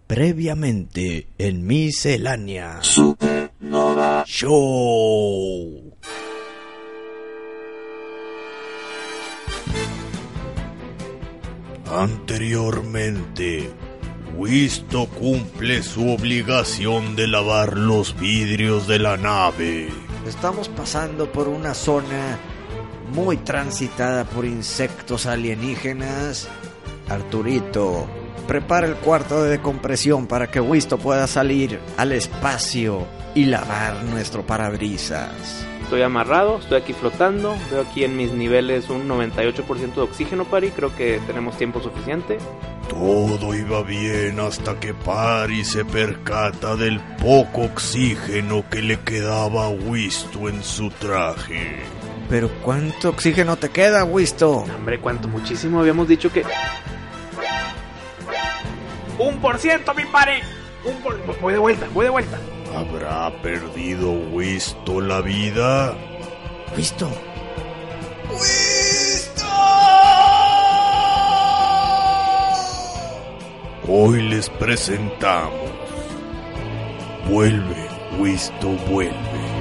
Previamente en Miscelánea Supernova Show. Anteriormente, Wisto cumple su obligación de lavar los vidrios de la nave. Estamos pasando por una zona muy transitada por insectos alienígenas. Arturito, prepara el cuarto de decompresión para que Wisto pueda salir al espacio y lavar nuestro parabrisas. Estoy amarrado, estoy aquí flotando. Veo aquí en mis niveles un 98% de oxígeno, Pari. Creo que tenemos tiempo suficiente. Todo iba bien hasta que Pari se percata del poco oxígeno que le quedaba a Wisto en su traje. ¿Pero cuánto oxígeno te queda, Wisto? Hombre, cuánto, muchísimo. Habíamos dicho que... 1%, mi Pari. Voy de vuelta. ¿Habrá perdido Wisto la vida? Wisto. Hoy les presentamos Vuelve, Wisto, vuelve.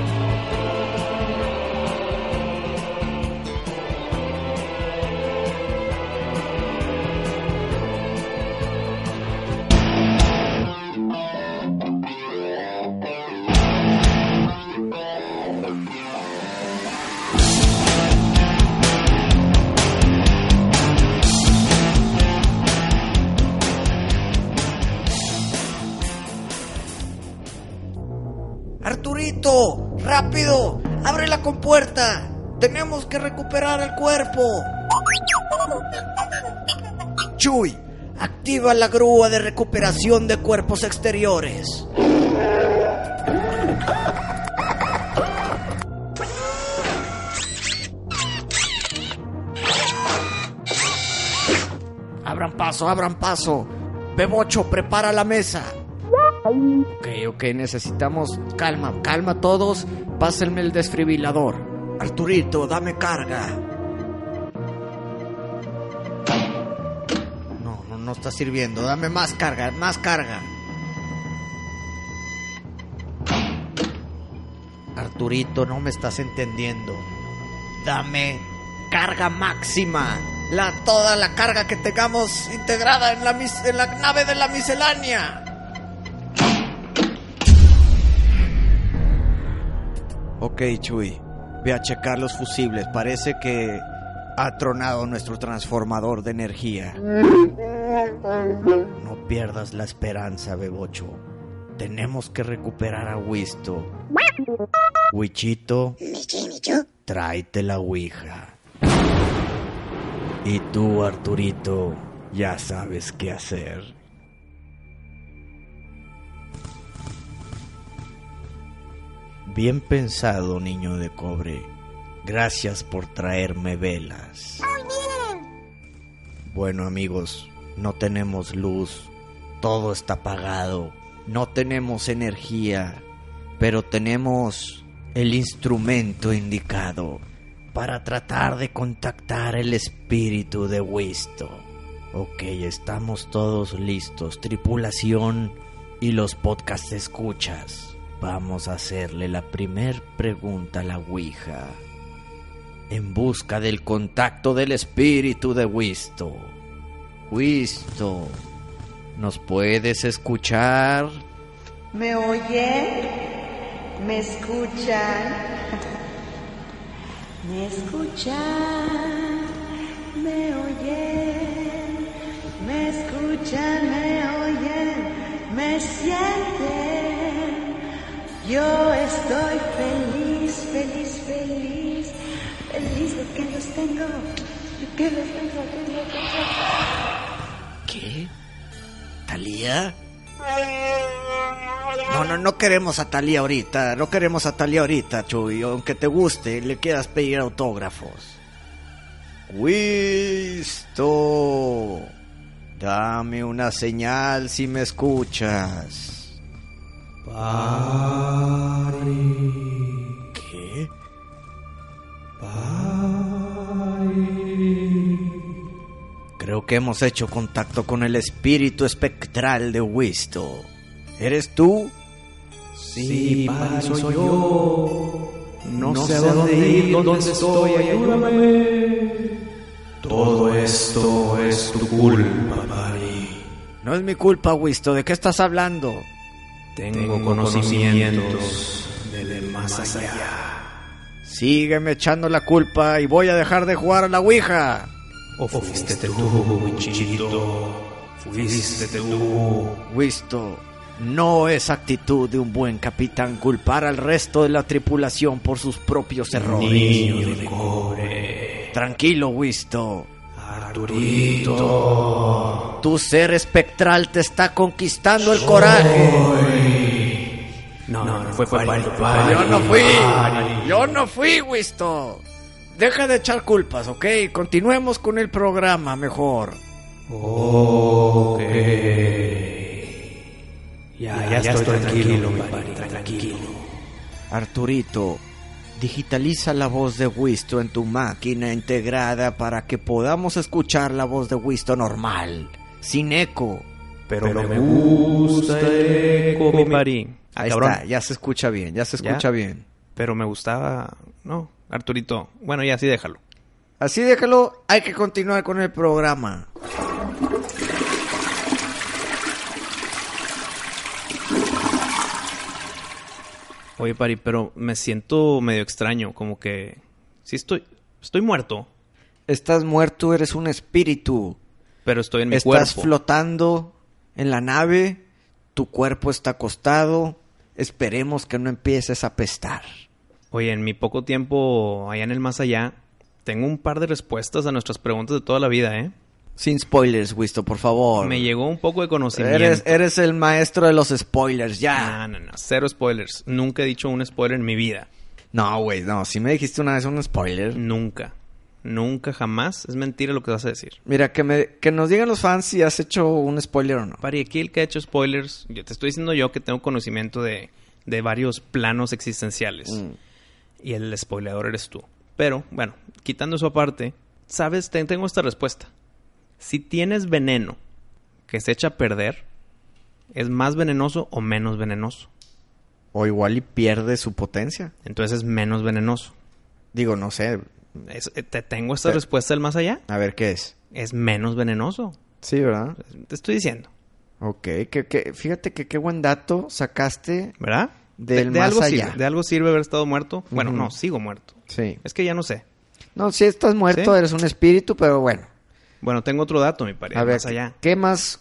¡Arturito! ¡Rápido! ¡Abre la compuerta! ¡Tenemos que recuperar el cuerpo! Chuy, activa la grúa de recuperación de cuerpos exteriores. Abran paso. Bebocho, prepara la mesa. Ok, necesitamos calma todos. Pásenme el desfibrilador. Arturito, dame carga. No está sirviendo. Dame más carga. Arturito, no me estás entendiendo. Dame carga máxima. Toda la carga que tengamos integrada en la nave de la miscelánea. Ok, Chuy, ve a checar los fusibles. Parece que ha tronado nuestro transformador de energía. No pierdas la esperanza, Bebocho. Tenemos que recuperar a Wisto. Wichito, tráete la ouija. Y tú, Arturito, ya sabes qué hacer. Bien pensado, niño de cobre. Gracias por traerme velas. Bueno, amigos, no tenemos luz. Todo está apagado. No tenemos energía. Pero tenemos el instrumento indicado para tratar de contactar el espíritu de Wisto. Ok, estamos todos listos. Tripulación y los podcast escuchas. Vamos a hacerle la primer pregunta a la ouija. En busca del contacto del espíritu de Wisto. Wisto, ¿nos puedes escuchar? ¿Me oyen? ¿Me escuchan? ¿Me escuchan? ¿Me oyen? ¿Me escuchan? ¿Me oyen? ¿Me sienten? Yo estoy feliz de que los tengo. ¿Qué? ¿Talía? No queremos a Talía ahorita. No queremos a Talía ahorita, Chuy. Aunque te guste, le quieras pedir autógrafos. Wisto, dame una señal si me escuchas. Pari. ¿Qué? Pari. Creo que hemos hecho contacto con el espíritu espectral de Wisto. ¿Eres tú? Sí, Pari, soy yo. No sé a dónde ir, dónde estoy, ayúdame. Todo esto es tu culpa, Pari. No es mi culpa, Wisto. ¿De qué estás hablando? Tengo conocimientos del más allá. Sígueme echando la culpa y voy a dejar de jugar a la Ouija. ¿O fuiste tú, Winchito? ¿Fuiste tú? Wisto, no es actitud de un buen capitán culpar al resto de la tripulación por sus propios errores. Niño de cobre. Tranquilo, Wisto. Arturito. Tu ser espectral te está conquistando el coraje. No, fue Pari. Yo no fui, Wisto. Deja de echar culpas, ¿ok? Continuemos con el programa mejor. Ok. Ya estoy tranquilo, mi Pari, tranquilo. Arturito, digitaliza la voz de Wisto en tu máquina integrada para que podamos escuchar la voz de Wisto normal, sin eco. Pero me gusta el eco, mi Pari. Ahí cabrón. está, ya se escucha bien, bien. Pero me gustaba... No, Arturito. Bueno, ya, así déjalo. Así déjalo, hay que continuar con el programa. Oye, Pari, pero me siento medio extraño. Como que... Sí estoy muerto. Estás muerto, eres un espíritu. Pero estoy en mi Estás cuerpo. flotando en la nave, tu cuerpo está acostado. Esperemos que no empieces a apestar. Oye, en mi poco tiempo allá en el más allá, tengo un par de respuestas a nuestras preguntas de toda la vida, ¿eh? Sin spoilers, Wisto, por favor. Me llegó un poco de conocimiento. Eres el maestro de los spoilers, ya. No. Cero spoilers. Nunca he dicho un spoiler en mi vida. No, güey, no. Si me dijiste una vez un spoiler. Nunca, jamás. Es mentira lo que vas a decir. Mira, que nos digan los fans si has hecho un spoiler o no. Pari, aquí el que ha hecho spoilers, yo te estoy diciendo yo que tengo conocimiento de varios planos existenciales. Y el spoileador eres tú. Pero, bueno, quitando eso aparte, ¿sabes? Tengo esta respuesta. Si tienes veneno que se echa a perder, ¿es más venenoso o menos venenoso? O igual y pierde su potencia. Entonces es menos venenoso. Digo, no sé. Te tengo esta respuesta del más allá. A ver, ¿qué es? Es menos venenoso. Sí, ¿verdad? Te estoy diciendo. Ok, fíjate que qué buen dato sacaste. ¿Verdad? Del de más algo allá. Sirve, de algo sirve haber estado muerto. Bueno, Ujú. no, sigo muerto. Sí. Es que ya no sé. No, si estás muerto, ¿Sí? eres un espíritu, pero bueno. Bueno, tengo otro dato, mi pari. A ver, más allá. ¿qué más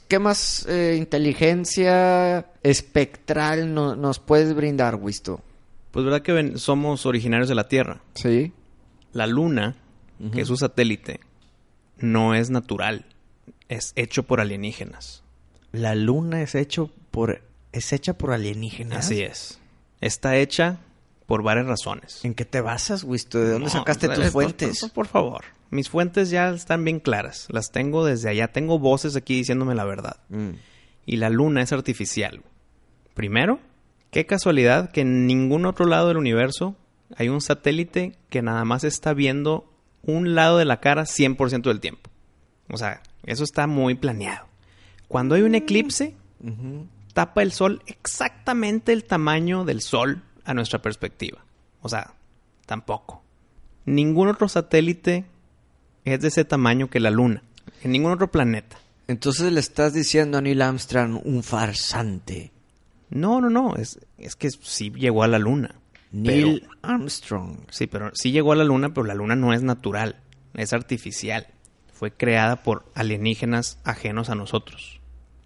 inteligencia espectral nos puedes brindar, Wisto? Pues verdad que somos originarios de la Tierra. Sí. La Luna, que es su satélite, no es natural. Es hecho por alienígenas. La luna es hecha por alienígenas. Así es. Está hecha por varias razones. ¿En qué te basas, Wisto? ¿De dónde No, sacaste tus fuentes? Por favor. Mis fuentes ya están bien claras. Las tengo desde allá. Tengo voces aquí diciéndome la verdad. Y la luna es artificial. Primero, qué casualidad que en ningún otro lado del universo hay un satélite que nada más está viendo un lado de la cara 100% del tiempo. O sea, eso está muy planeado. Cuando hay un eclipse, tapa el sol exactamente el tamaño del sol a nuestra perspectiva. O sea, tampoco. Ningún otro satélite es de ese tamaño que la luna. En ningún otro planeta. Entonces le estás diciendo a Neil Armstrong un farsante. No. Es que sí llegó a la luna. Neil Armstrong. Sí, pero sí llegó a la luna, pero la luna no es natural. Es artificial. Fue creada por alienígenas ajenos a nosotros.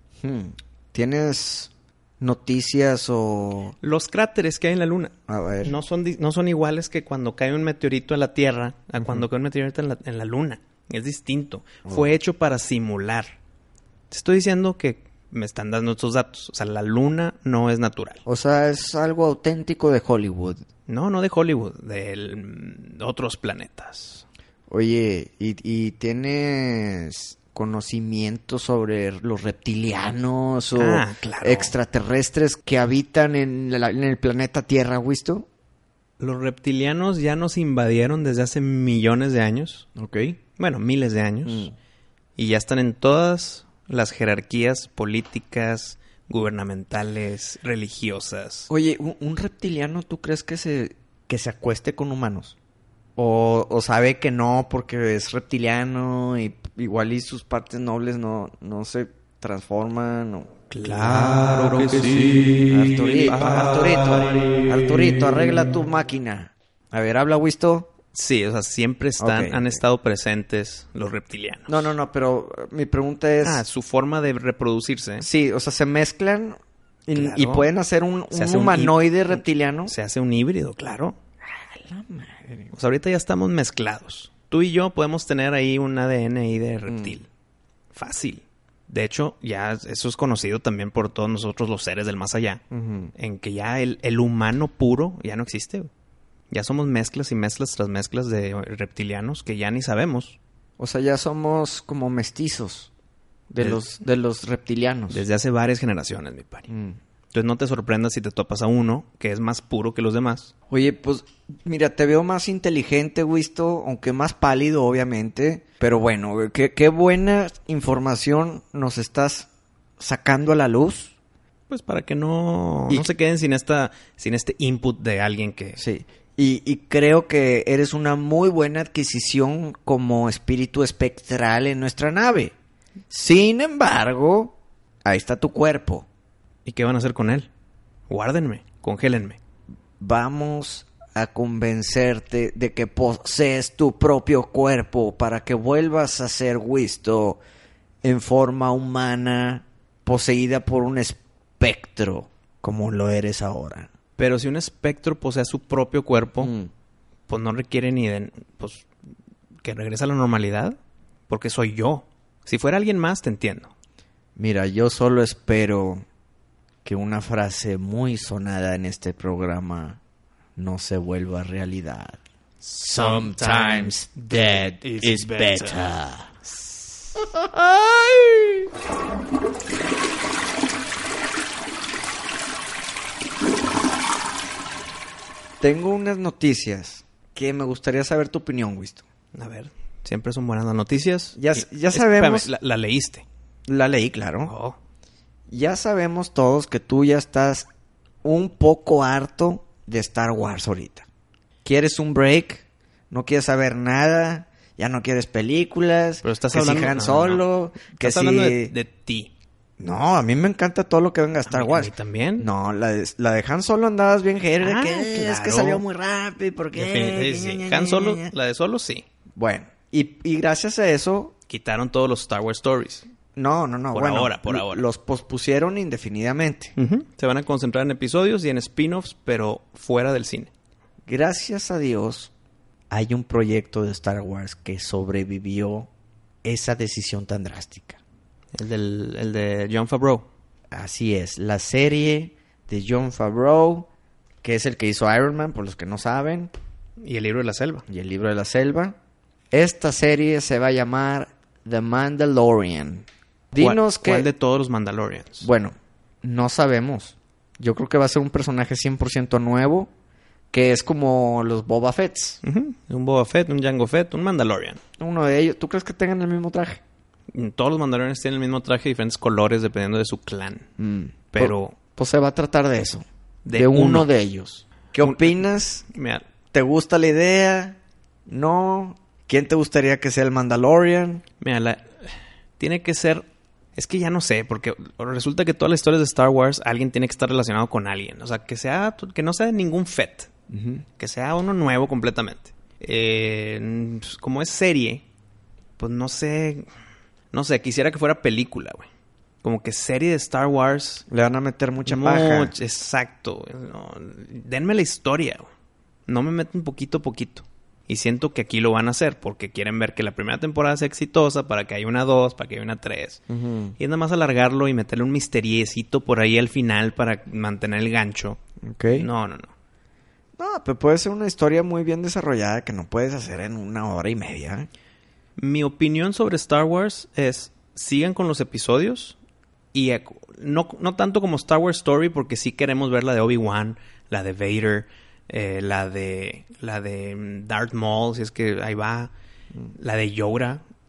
¿Tienes noticias o...? Los cráteres que hay en la luna A ver. no son iguales que cuando cae un meteorito en la Tierra a cuando cae un meteorito en la luna. Es distinto. Fue hecho para simular. Te estoy diciendo que me están dando estos datos. O sea, la luna no es natural. O sea, es algo auténtico de Hollywood. No de Hollywood, de otros planetas. Oye, ¿y tienes conocimiento sobre los reptilianos o claro. extraterrestres que habitan en el planeta Tierra, Wisto? Los reptilianos ya nos invadieron desde hace millones de años. Ok. Bueno, miles de años. Y ya están en todas las jerarquías políticas, gubernamentales, religiosas. Oye, ¿un reptiliano tú crees que se acueste con humanos? ¿O sabe que no porque es reptiliano y igual y sus partes nobles no se transforman? O... Claro que sí. Arturito, arregla tu máquina. A ver, habla, Wisto. Sí, o sea, siempre han estado presentes los reptilianos. No, pero mi pregunta es... su forma de reproducirse. Sí, o sea, se mezclan y, Claro. y pueden hacer un humanoide reptiliano. Se hace un híbrido, claro. La madre. O sea, ahorita ya estamos mezclados. Tú y yo podemos tener ahí un ADN ahí de reptil. Fácil. De hecho, ya eso es conocido también por todos nosotros los seres del más allá. Ujú. En que ya el humano puro ya no existe. Ya somos mezclas y mezclas tras mezclas de reptilianos que ya ni sabemos. O sea, ya somos como mestizos de los reptilianos. Desde hace varias generaciones, mi pari. Mm. Entonces no te sorprendas si te topas a uno que es más puro que los demás. Oye, pues, mira, te veo más inteligente, Wisto, aunque más pálido, obviamente. Pero bueno, qué buena información nos estás sacando a la luz. Pues para que no se queden sin este input de alguien que... Sí. Y creo que eres una muy buena adquisición como espíritu espectral en nuestra nave. Sin embargo, ahí está tu cuerpo. ¿Y qué van a hacer con él? Guárdenme, congélenme. Vamos a convencerte de que posees tu propio cuerpo para que vuelvas a ser Wisto en forma humana, poseída por un espectro, como lo eres ahora. Pero si un espectro posee su propio cuerpo, Mm. pues no requiere ni de... Pues que regrese a la normalidad. Porque soy yo. Si fuera alguien más, te entiendo. Mira, yo solo espero que una frase muy sonada en este programa no se vuelva realidad. Sometimes dead is better. Tengo unas noticias que me gustaría saber tu opinión, Wisto. A ver, siempre son buenas las noticias. Ya Espérame, sabemos... la leíste. La leí, claro. Oh. Ya sabemos todos que tú ya estás un poco harto de Star Wars ahorita. ¿Quieres un break? ¿No quieres saber nada? ¿Ya no quieres películas? Pero estás que hablando... si Han Solo, que Estás si... hablando de ti. No, a mí me encanta todo lo que venga a Star ¿A mí Wars. también? No, la de Han Solo andabas bien hater. Ah, que es que claro. salió muy rápido. ¿Por qué? Sí. Han Solo, la de Solo, sí. Bueno, y gracias a eso... Quitaron todos los Star Wars Stories. No. Por bueno, ahora. los pospusieron indefinidamente. Se van a concentrar en episodios y en spin-offs, pero fuera del cine. Gracias a Dios, hay un proyecto de Star Wars que sobrevivió esa decisión tan drástica. El de Jon Favreau. Así es, la serie de Jon Favreau, que es el que hizo Iron Man, por los que no saben, Y el libro de la selva. y el libro de la selva. Esta serie se va a llamar The Mandalorian. Dinos ¿Cuál de que... todos los Mandalorians? Bueno, no sabemos. Yo creo que va a ser un personaje 100% nuevo, que es como los Boba Fetts. Un Boba Fett, un Jango Fett, un Mandalorian. Uno de ellos. ¿Tú crees que tengan el mismo traje? Todos los Mandalorians tienen el mismo traje, diferentes colores dependiendo de su clan. Pero Pues se va a tratar de eso. De De uno uno. de ellos. ¿Qué opinas? mira, ¿Te gusta la idea? ¿No? ¿Quién te gustaría que sea el Mandalorian? tiene que ser... Es que ya no sé, porque resulta que todas las historias de Star Wars alguien tiene que estar relacionado con alguien. O sea, que no sea ningún Fett. Que sea uno nuevo completamente. Pues, como es serie, pues no sé... No sé, quisiera que fuera película, güey. Como que serie de Star Wars... Le van a meter mucha paja. Exacto. No, denme la historia, güey. No me meten poquito a poquito. Y siento que aquí lo van a hacer porque quieren ver que la primera temporada sea exitosa para que haya una 2, para que haya una 3. Y es nada más alargarlo y meterle un misteriecito por ahí al final para mantener el gancho. Ok. No. No, pero puede ser una historia muy bien desarrollada que no puedes hacer en 1 hora y media. Mi opinión sobre Star Wars es... Sigan con los episodios. Y no tanto como Star Wars Story porque sí queremos ver la de Obi-Wan, la de Vader... la de Darth Maul, si es que ahí va, la de Yoda,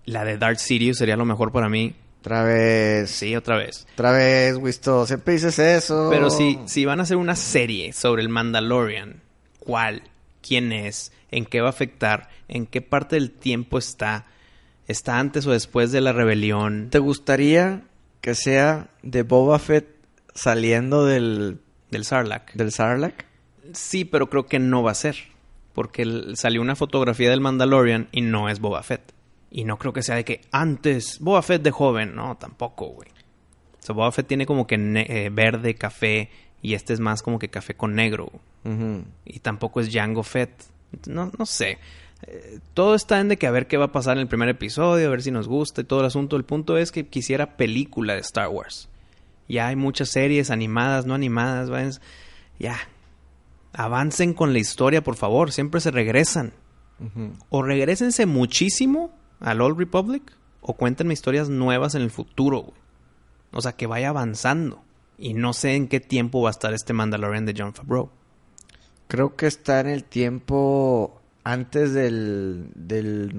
La de Darth Sidious sería lo mejor para mí. Otra vez. Sí, otra vez. Otra vez, Wisto. Siempre dices eso. Pero si van a hacer una serie sobre el Mandalorian, ¿cuál? ¿Quién es? ¿En qué va a afectar? ¿En qué parte del tiempo está? ¿Está antes o después de la rebelión? ¿Te gustaría que sea de Boba Fett saliendo del Sarlacc. del Sarlacc? Sí, pero creo que no va a ser. Porque salió una fotografía del Mandalorian y no es Boba Fett. Y no creo que sea de que antes Boba Fett de joven. No, tampoco, güey. O sea, Boba Fett tiene como que verde, café. Y este es más como que café con negro. Uh-huh. Y tampoco es Jango Fett. No sé. Todo está en de que a ver qué va a pasar en el primer episodio. A ver si nos gusta y todo el asunto. El punto es que quisiera película de Star Wars. Ya hay muchas series animadas, no animadas. ¿Ven? Ya. Avancen con la historia, por favor. Siempre se regresan. Uh-huh. O regrésense muchísimo al Old Republic. O cuéntenme historias nuevas en el futuro, güey. O sea, que vaya avanzando. Y no sé en qué tiempo va a estar este Mandalorian de Jon Favreau. Creo que está en el tiempo antes de la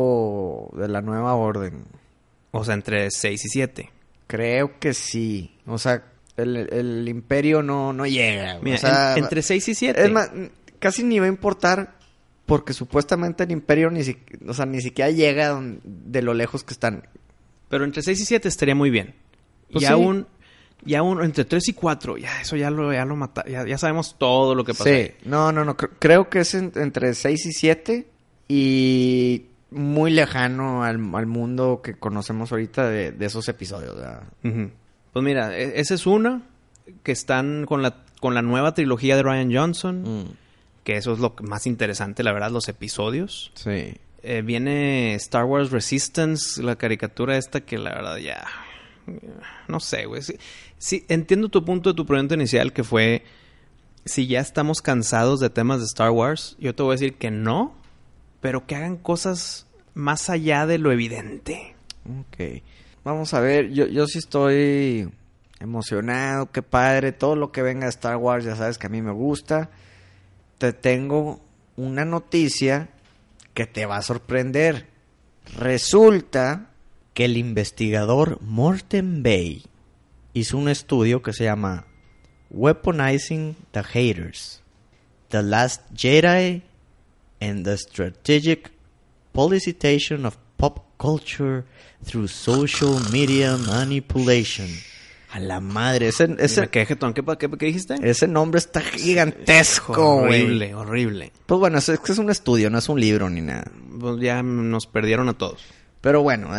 nueva orden. O sea, entre 6 y 7. Creo que sí. O sea, el imperio no llega. Mira, o sea, entre 6 y 7. Es más, casi ni va a importar porque supuestamente el imperio ni siquiera llega de lo lejos que están. Pero entre 6 y 7 estaría muy bien. Pues y sí. aún entre 3 y 4, ya eso ya lo mata, ya sabemos todo lo que pasó. Sí, no. Creo que es entre 6 y 7 y muy lejano al mundo que conocemos ahorita de esos episodios, ¿verdad? Uh-huh. Pues mira, esa es una que están con la nueva trilogía de Rian Johnson, que eso es lo más interesante, la verdad, los episodios. Sí. Viene Star Wars Resistance, la caricatura esta que la verdad ya... No sé, güey. Sí, entiendo tu punto de tu pregunta inicial que fue... Si ya estamos cansados de temas de Star Wars, yo te voy a decir que no, pero que hagan cosas más allá de lo evidente. Ok. Vamos a ver, yo sí estoy emocionado, qué padre. Todo lo que venga de Star Wars ya sabes que a mí me gusta. Te tengo una noticia que te va a sorprender. Resulta que el investigador Morten Bay hizo un estudio que se llama Weaponizing the Haters, The Last Jedi and the Strategic Politicization of Pop Culture Through Social Media Manipulation. A la madre, ese ¿Qué dijiste? ese nombre está gigantesco, güey. Horrible. Pues bueno, es que es un estudio, no es un libro ni nada. Pues ya nos perdieron a todos. Pero bueno,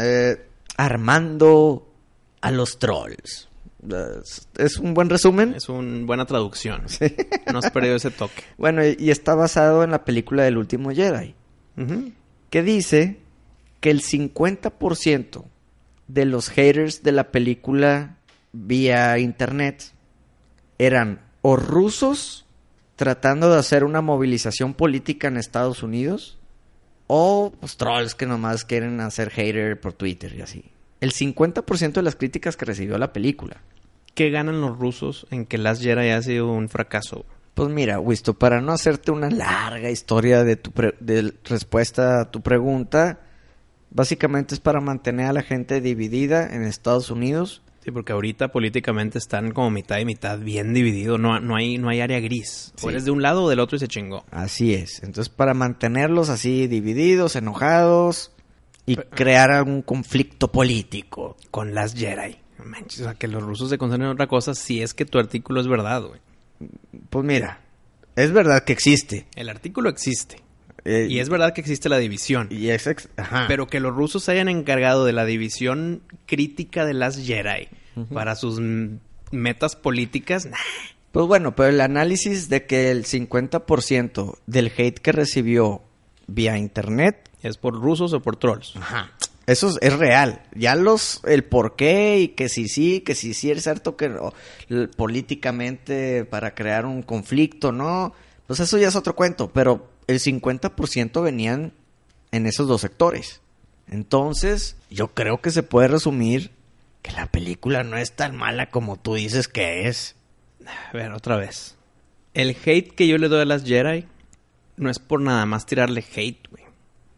armando a los trolls. ¿Es un buen resumen? Es una buena traducción. Sí. No has perdido ese toque. Bueno, y está basado en la película del último Jedi. Uh-huh. Que dice que el 50% de los haters de la película vía internet eran o rusos tratando de hacer una movilización política en Estados Unidos o pues, trolls que nomás quieren hacer hater por Twitter y así. El 50% de las críticas que recibió la película. ¿Qué ganan los rusos en que Last Jedi haya sido un fracaso? Pues mira, Wisto, para no hacerte una larga historia de respuesta a tu pregunta, básicamente es para mantener a la gente dividida en Estados Unidos. Sí, porque ahorita políticamente están como mitad y mitad, bien dividido. No hay área gris. Sí. O eres de un lado o del otro y se chingó. Así es. Entonces, para mantenerlos así divididos, enojados y crear algún conflicto político. Con Last Jedi. Manches, o sea, que los rusos se concentren en otra cosa si es que tu artículo es verdad, güey. Pues mira, es verdad que existe. El artículo existe. Y es verdad que existe la división. Y ajá. Pero que los rusos se hayan encargado de la división crítica de Last Jedi para sus metas políticas, nah. Pues bueno, pero el análisis de que el 50% del hate que recibió vía internet ¿es por rusos o por trolls? Ajá. Eso es real. Ya el por qué y que sí es cierto que políticamente para crear un conflicto, ¿no? Pues eso ya es otro cuento, pero el 50% venían en esos dos sectores. Entonces, yo creo que se puede resumir que la película no es tan mala como tú dices que es. A ver, otra vez. El hate que yo le doy a Last Jedi no es por nada más tirarle hate, güey.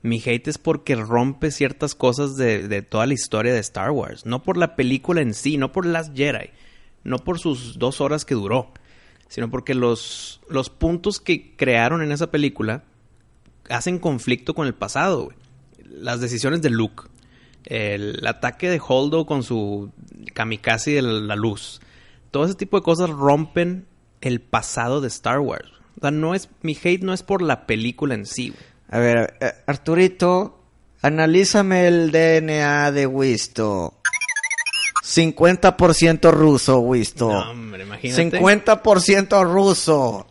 Mi hate es porque rompe ciertas cosas de toda la historia de Star Wars. No por la película en sí, no por Last Jedi. No por sus 2 horas que duró. Sino porque los puntos que crearon en esa película hacen conflicto con el pasado, güey. Las decisiones de Luke. El ataque de Holdo con su kamikaze de la luz. Todo ese tipo de cosas rompen el pasado de Star Wars. O sea, mi hate no es por la película en sí, güey. A ver, Arturito, analízame el DNA de Wisto. 50% ruso, Wisto. No, hombre, imagínate. 50% ruso.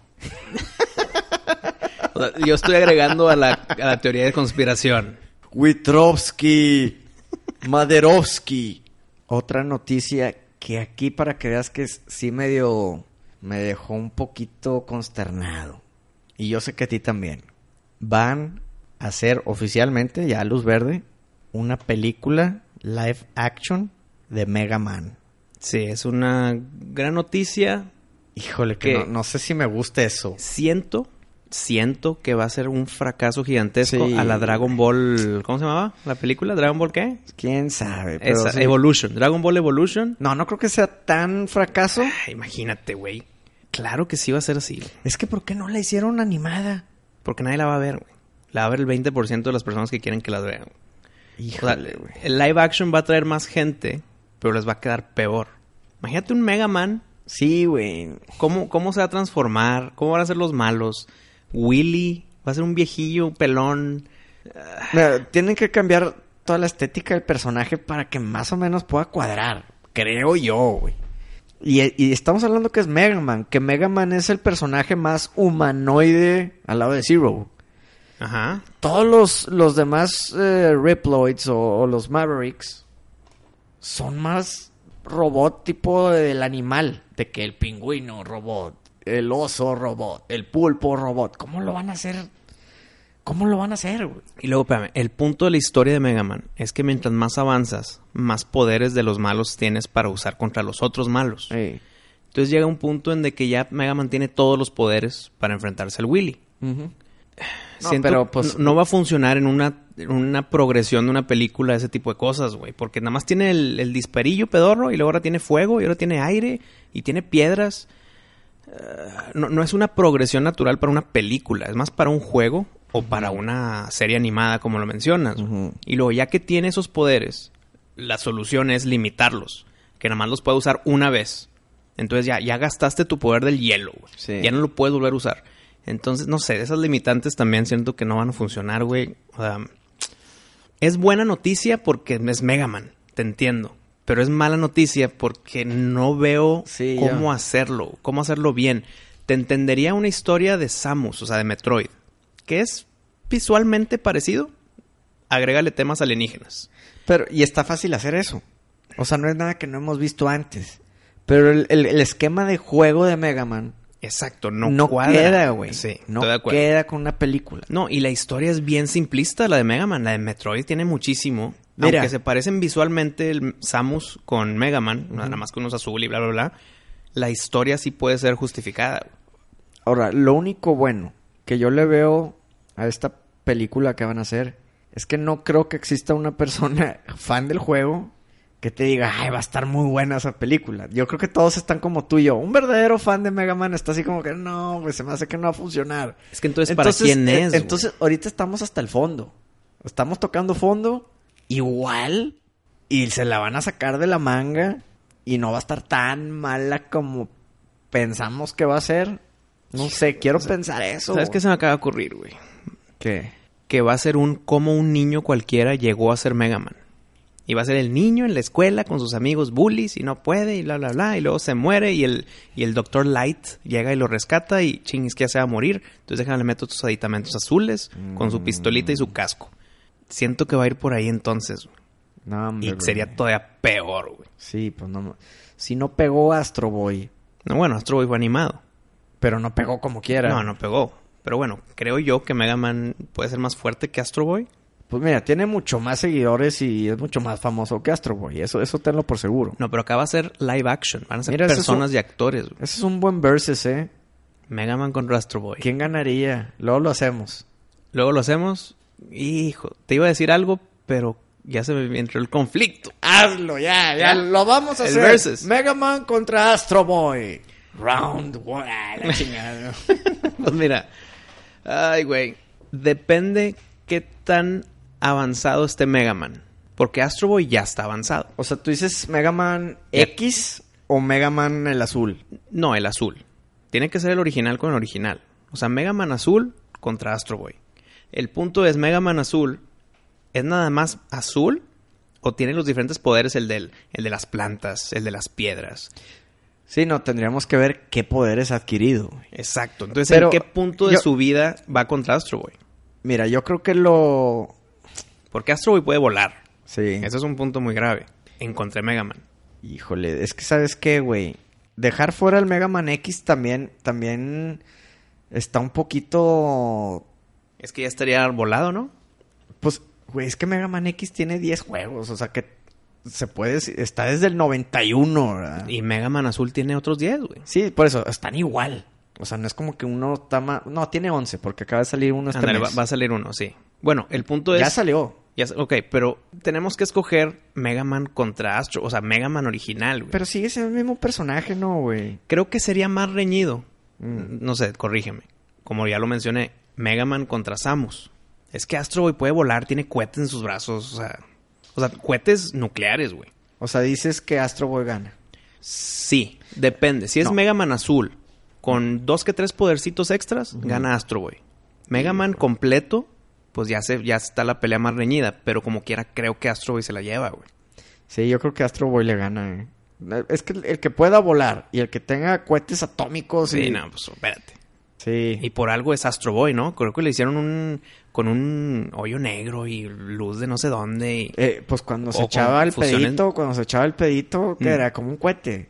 O sea, yo estoy agregando a la teoría de conspiración. Witrovsky, Maderovsky. Otra noticia que aquí, para que veas que sí me dejó un poquito consternado. Y yo sé que a ti también. Van a hacer oficialmente, ya a luz verde, una película live action de Mega Man. Sí, es una gran noticia. Híjole, que no sé si me gusta eso. Siento que va a ser un fracaso gigantesco Sí. a la Dragon Ball... ¿Cómo se llamaba la película? ¿Dragon Ball qué? ¿Quién sabe? Pero Esa, sí. Evolution. Dragon Ball Evolution. No creo que sea tan fracaso. Imagínate, güey. Claro que sí va a ser así. Es que ¿por qué no la hicieron animada? Porque nadie la va a ver, güey. La va a ver el 20% de las personas que quieren que la vean. Híjole, güey. El live action va a traer más gente, pero les va a quedar peor. Imagínate un Mega Man. Sí, güey. ¿Cómo se va a transformar? ¿Cómo van a ser los malos? Willy va a ser un viejillo pelón. Mira, tienen que cambiar toda la estética del personaje para que más o menos pueda cuadrar. Creo yo, güey. Y estamos hablando que es Mega Man. Que Mega Man es el personaje más humanoide al lado de Zero. Ajá. Todos los demás Reploids o los Mavericks son más robot tipo del animal. De que el pingüino robot, el oso robot, el pulpo robot. ¿Cómo lo van a hacer? ¿Cómo lo van a hacer, güey? Y luego, espérame, el punto de la historia de Mega Man es que mientras más avanzas, más poderes de los malos tienes para usar contra los otros malos. Sí. Entonces llega un punto en de que ya Mega Man tiene todos los poderes para enfrentarse al Willy. No, Siento pero pues... no va a funcionar en una progresión de una película, ese tipo de cosas, güey. Porque nada más tiene el disparillo pedorro y luego ahora tiene fuego y ahora tiene aire y tiene piedras. No es una progresión natural para una película. Es más para un juego o para una serie animada, como lo mencionas. Ujú. Y luego, ya que tiene esos poderes, la solución es limitarlos. Que nada más los puede usar una vez. Entonces ya gastaste tu poder del hielo, güey. Sí. Ya no lo puedes volver a usar. Entonces, no sé, esas limitantes también siento que no van a funcionar, güey. O sea, es buena noticia porque es Mega Man, te entiendo. Pero es mala noticia porque no veo Sí, cómo hacerlo bien. Te entendería una historia de Samus, o sea, de Metroid, que es visualmente parecido. Agrégale temas alienígenas. Pero, y está fácil hacer eso. O sea, no es nada que no hemos visto antes. Pero el esquema de juego de Mega Man Exacto, no cuadra. queda, güey. Sí, no estoy de acuerdo. queda con una película. No, y la historia es bien simplista, la de Mega Man. La de Metroid tiene muchísimo. Mira. Aunque se parecen visualmente el Samus con Mega Man, nada más que uno es azul y bla, bla, bla. La historia sí puede ser justificada. Ahora, lo único bueno que yo le veo a esta película que van a hacer es que no creo que exista una persona fan del juego que te diga, ay, va a estar muy buena esa película. Yo creo que todos están como tú y yo. Un verdadero fan de Mega Man está así como que, no, pues se me hace que no va a funcionar. Es que entonces, ¿para quién es? Güey? Entonces, ahorita estamos hasta el fondo. Estamos tocando fondo igual y se la van a sacar de la manga y no va a estar tan mala como pensamos que va a ser. No sé, quiero pensar eso. ¿Sabes qué se me acaba de ocurrir, güey? ¿Qué? Que va a ser como un niño cualquiera llegó a ser Mega Man. Y va a ser el niño en la escuela con sus amigos bullies y no puede y bla, bla, bla. Y luego se muere y el Dr. Light llega y lo rescata y ching, es que ya se va a morir. Entonces déjame meto tus aditamentos azules con su pistolita y su casco. Siento que va a ir por ahí entonces. No, hombre, Y sería güey. todavía peor, güey. Sí, pues no. Si no pegó Astro Boy, No, bueno, Astro Boy fue animado. pero no pegó como quiera. No pegó. Pero bueno, creo yo que Mega Man puede ser más fuerte que Astro Boy. Pues mira, tiene mucho más seguidores y es mucho más famoso que Astro Boy. Eso tenlo por seguro. No, pero acá va a ser live action. Van a ser Mira, ese personas y actores, güey. Ese es un buen versus, ¿eh? Mega Man contra Astro Boy. ¿Quién ganaría? Luego lo hacemos. Luego lo hacemos. Hijo, te iba a decir algo, pero ya se me entró el conflicto. Hazlo, ya, lo vamos a El hacer. versus. Mega Man contra Astro Boy. Round 1. La chingada. Pues mira, ay, güey, depende qué tan avanzado esté Mega Man. Porque Astro Boy ya está avanzado. O sea, ¿tú dices Mega Man X o Mega Man el azul? No, el azul. Tiene que ser el original con el original. O sea, Mega Man azul contra Astro Boy. El punto es, Mega Man azul, ¿es nada más azul? ¿O tiene los diferentes poderes el de las plantas, el de las piedras? Sí, no, tendríamos que ver qué poderes ha adquirido. Güey. Exacto. Entonces, Pero ¿en qué punto de su vida va contra Astro Boy? Mira, yo creo que lo... Porque Astro Boy puede volar. Sí. Ese es un punto muy grave. En contra de Mega Man. Híjole, es que ¿sabes qué, güey? Dejar fuera el Mega Man X también está un poquito... Es que ya estaría volado, ¿no? Pues, güey, es que Mega Man X tiene 10 juegos, o sea que se puede... Está desde el 91, ¿verdad? Y Mega Man azul tiene otros 10, güey. Sí, por eso, están igual. O sea, no es como que uno está más... No, tiene 11, porque acaba de salir uno este Ándale, mes. va a salir uno, sí. Bueno, el punto es... Ya salió. Ok, pero tenemos que escoger Mega Man contra Astro. O sea, Mega Man original, güey. Pero sigue siendo el mismo personaje, ¿no, güey? Creo que sería más reñido. No sé, corrígeme. Como ya lo mencioné, Mega Man contra Samus. Es que Astro Boy puede volar, tiene cohetes en sus brazos. O sea, cohetes nucleares, güey. O sea, dices que Astro Boy gana. Sí, depende. Si es No. Mega Man azul con 2 que 3 podercitos extras, gana Astro Boy. Mega Man completo, pues ya está la pelea más reñida. Pero como quiera, creo que Astro Boy se la lleva, güey. Sí, yo creo que Astro Boy le gana, Es que el que pueda volar y el que tenga cohetes atómicos... Sí, y... no, pues espérate. Sí. Y por algo es Astro Boy, ¿no? Creo que le hicieron con un hoyo negro y luz de no sé dónde. Y... Pues cuando se O echaba con el fusiones. pedito, que era como un cohete.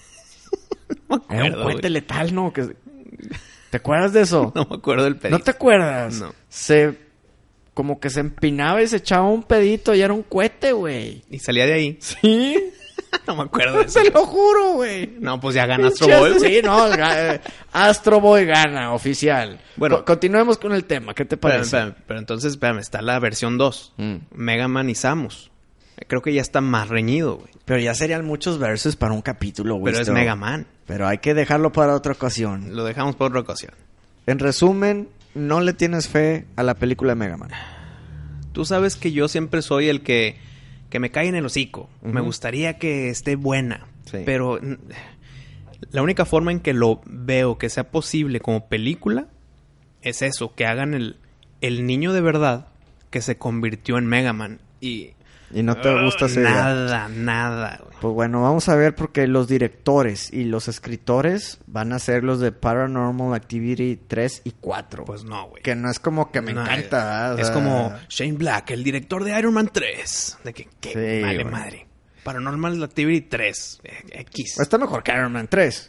No me Era un acuerdo, cohete güey. letal, ¿no? ¿Te acuerdas de eso? No me acuerdo del pedito. ¿No te acuerdas? No. Como que se empinaba y se echaba un pedito y era un cohete, güey. Y salía de ahí. ¿Sí? No me acuerdo de eso. Te lo juro, güey. No, pues ya gana Astro Boy, güey. Sí, no, Astro Boy gana, oficial. Bueno. Continuemos con el tema. ¿Qué te parece? Espérame. Pero entonces, espérame, está la versión 2. Mega Man y Samus. Creo que ya está más reñido, güey. Pero ya serían muchos versos para un capítulo, güey. Pero es Mega Man. Pero hay que dejarlo para otra ocasión. Lo dejamos por otra ocasión. En resumen, no le tienes fe a la película de Mega Man. Tú sabes que yo siempre soy el que me cae en el hocico. Me gustaría que esté buena. Sí. Pero la única forma en que lo veo que sea posible como película es eso, que hagan el niño de verdad que se convirtió en Mega Man. Y no te gusta esa idea. Nada, güey. Pues bueno, vamos a ver porque los directores y los escritores van a ser los de Paranormal Activity 3 y 4. Pues no, güey. Que no es como que me No, encanta, ¿verdad? O es sea, como Shane Black, el director de Iron Man 3. De que Sí, vale güey. madre. Paranormal Activity 3. X. Está mejor que Iron Man 3.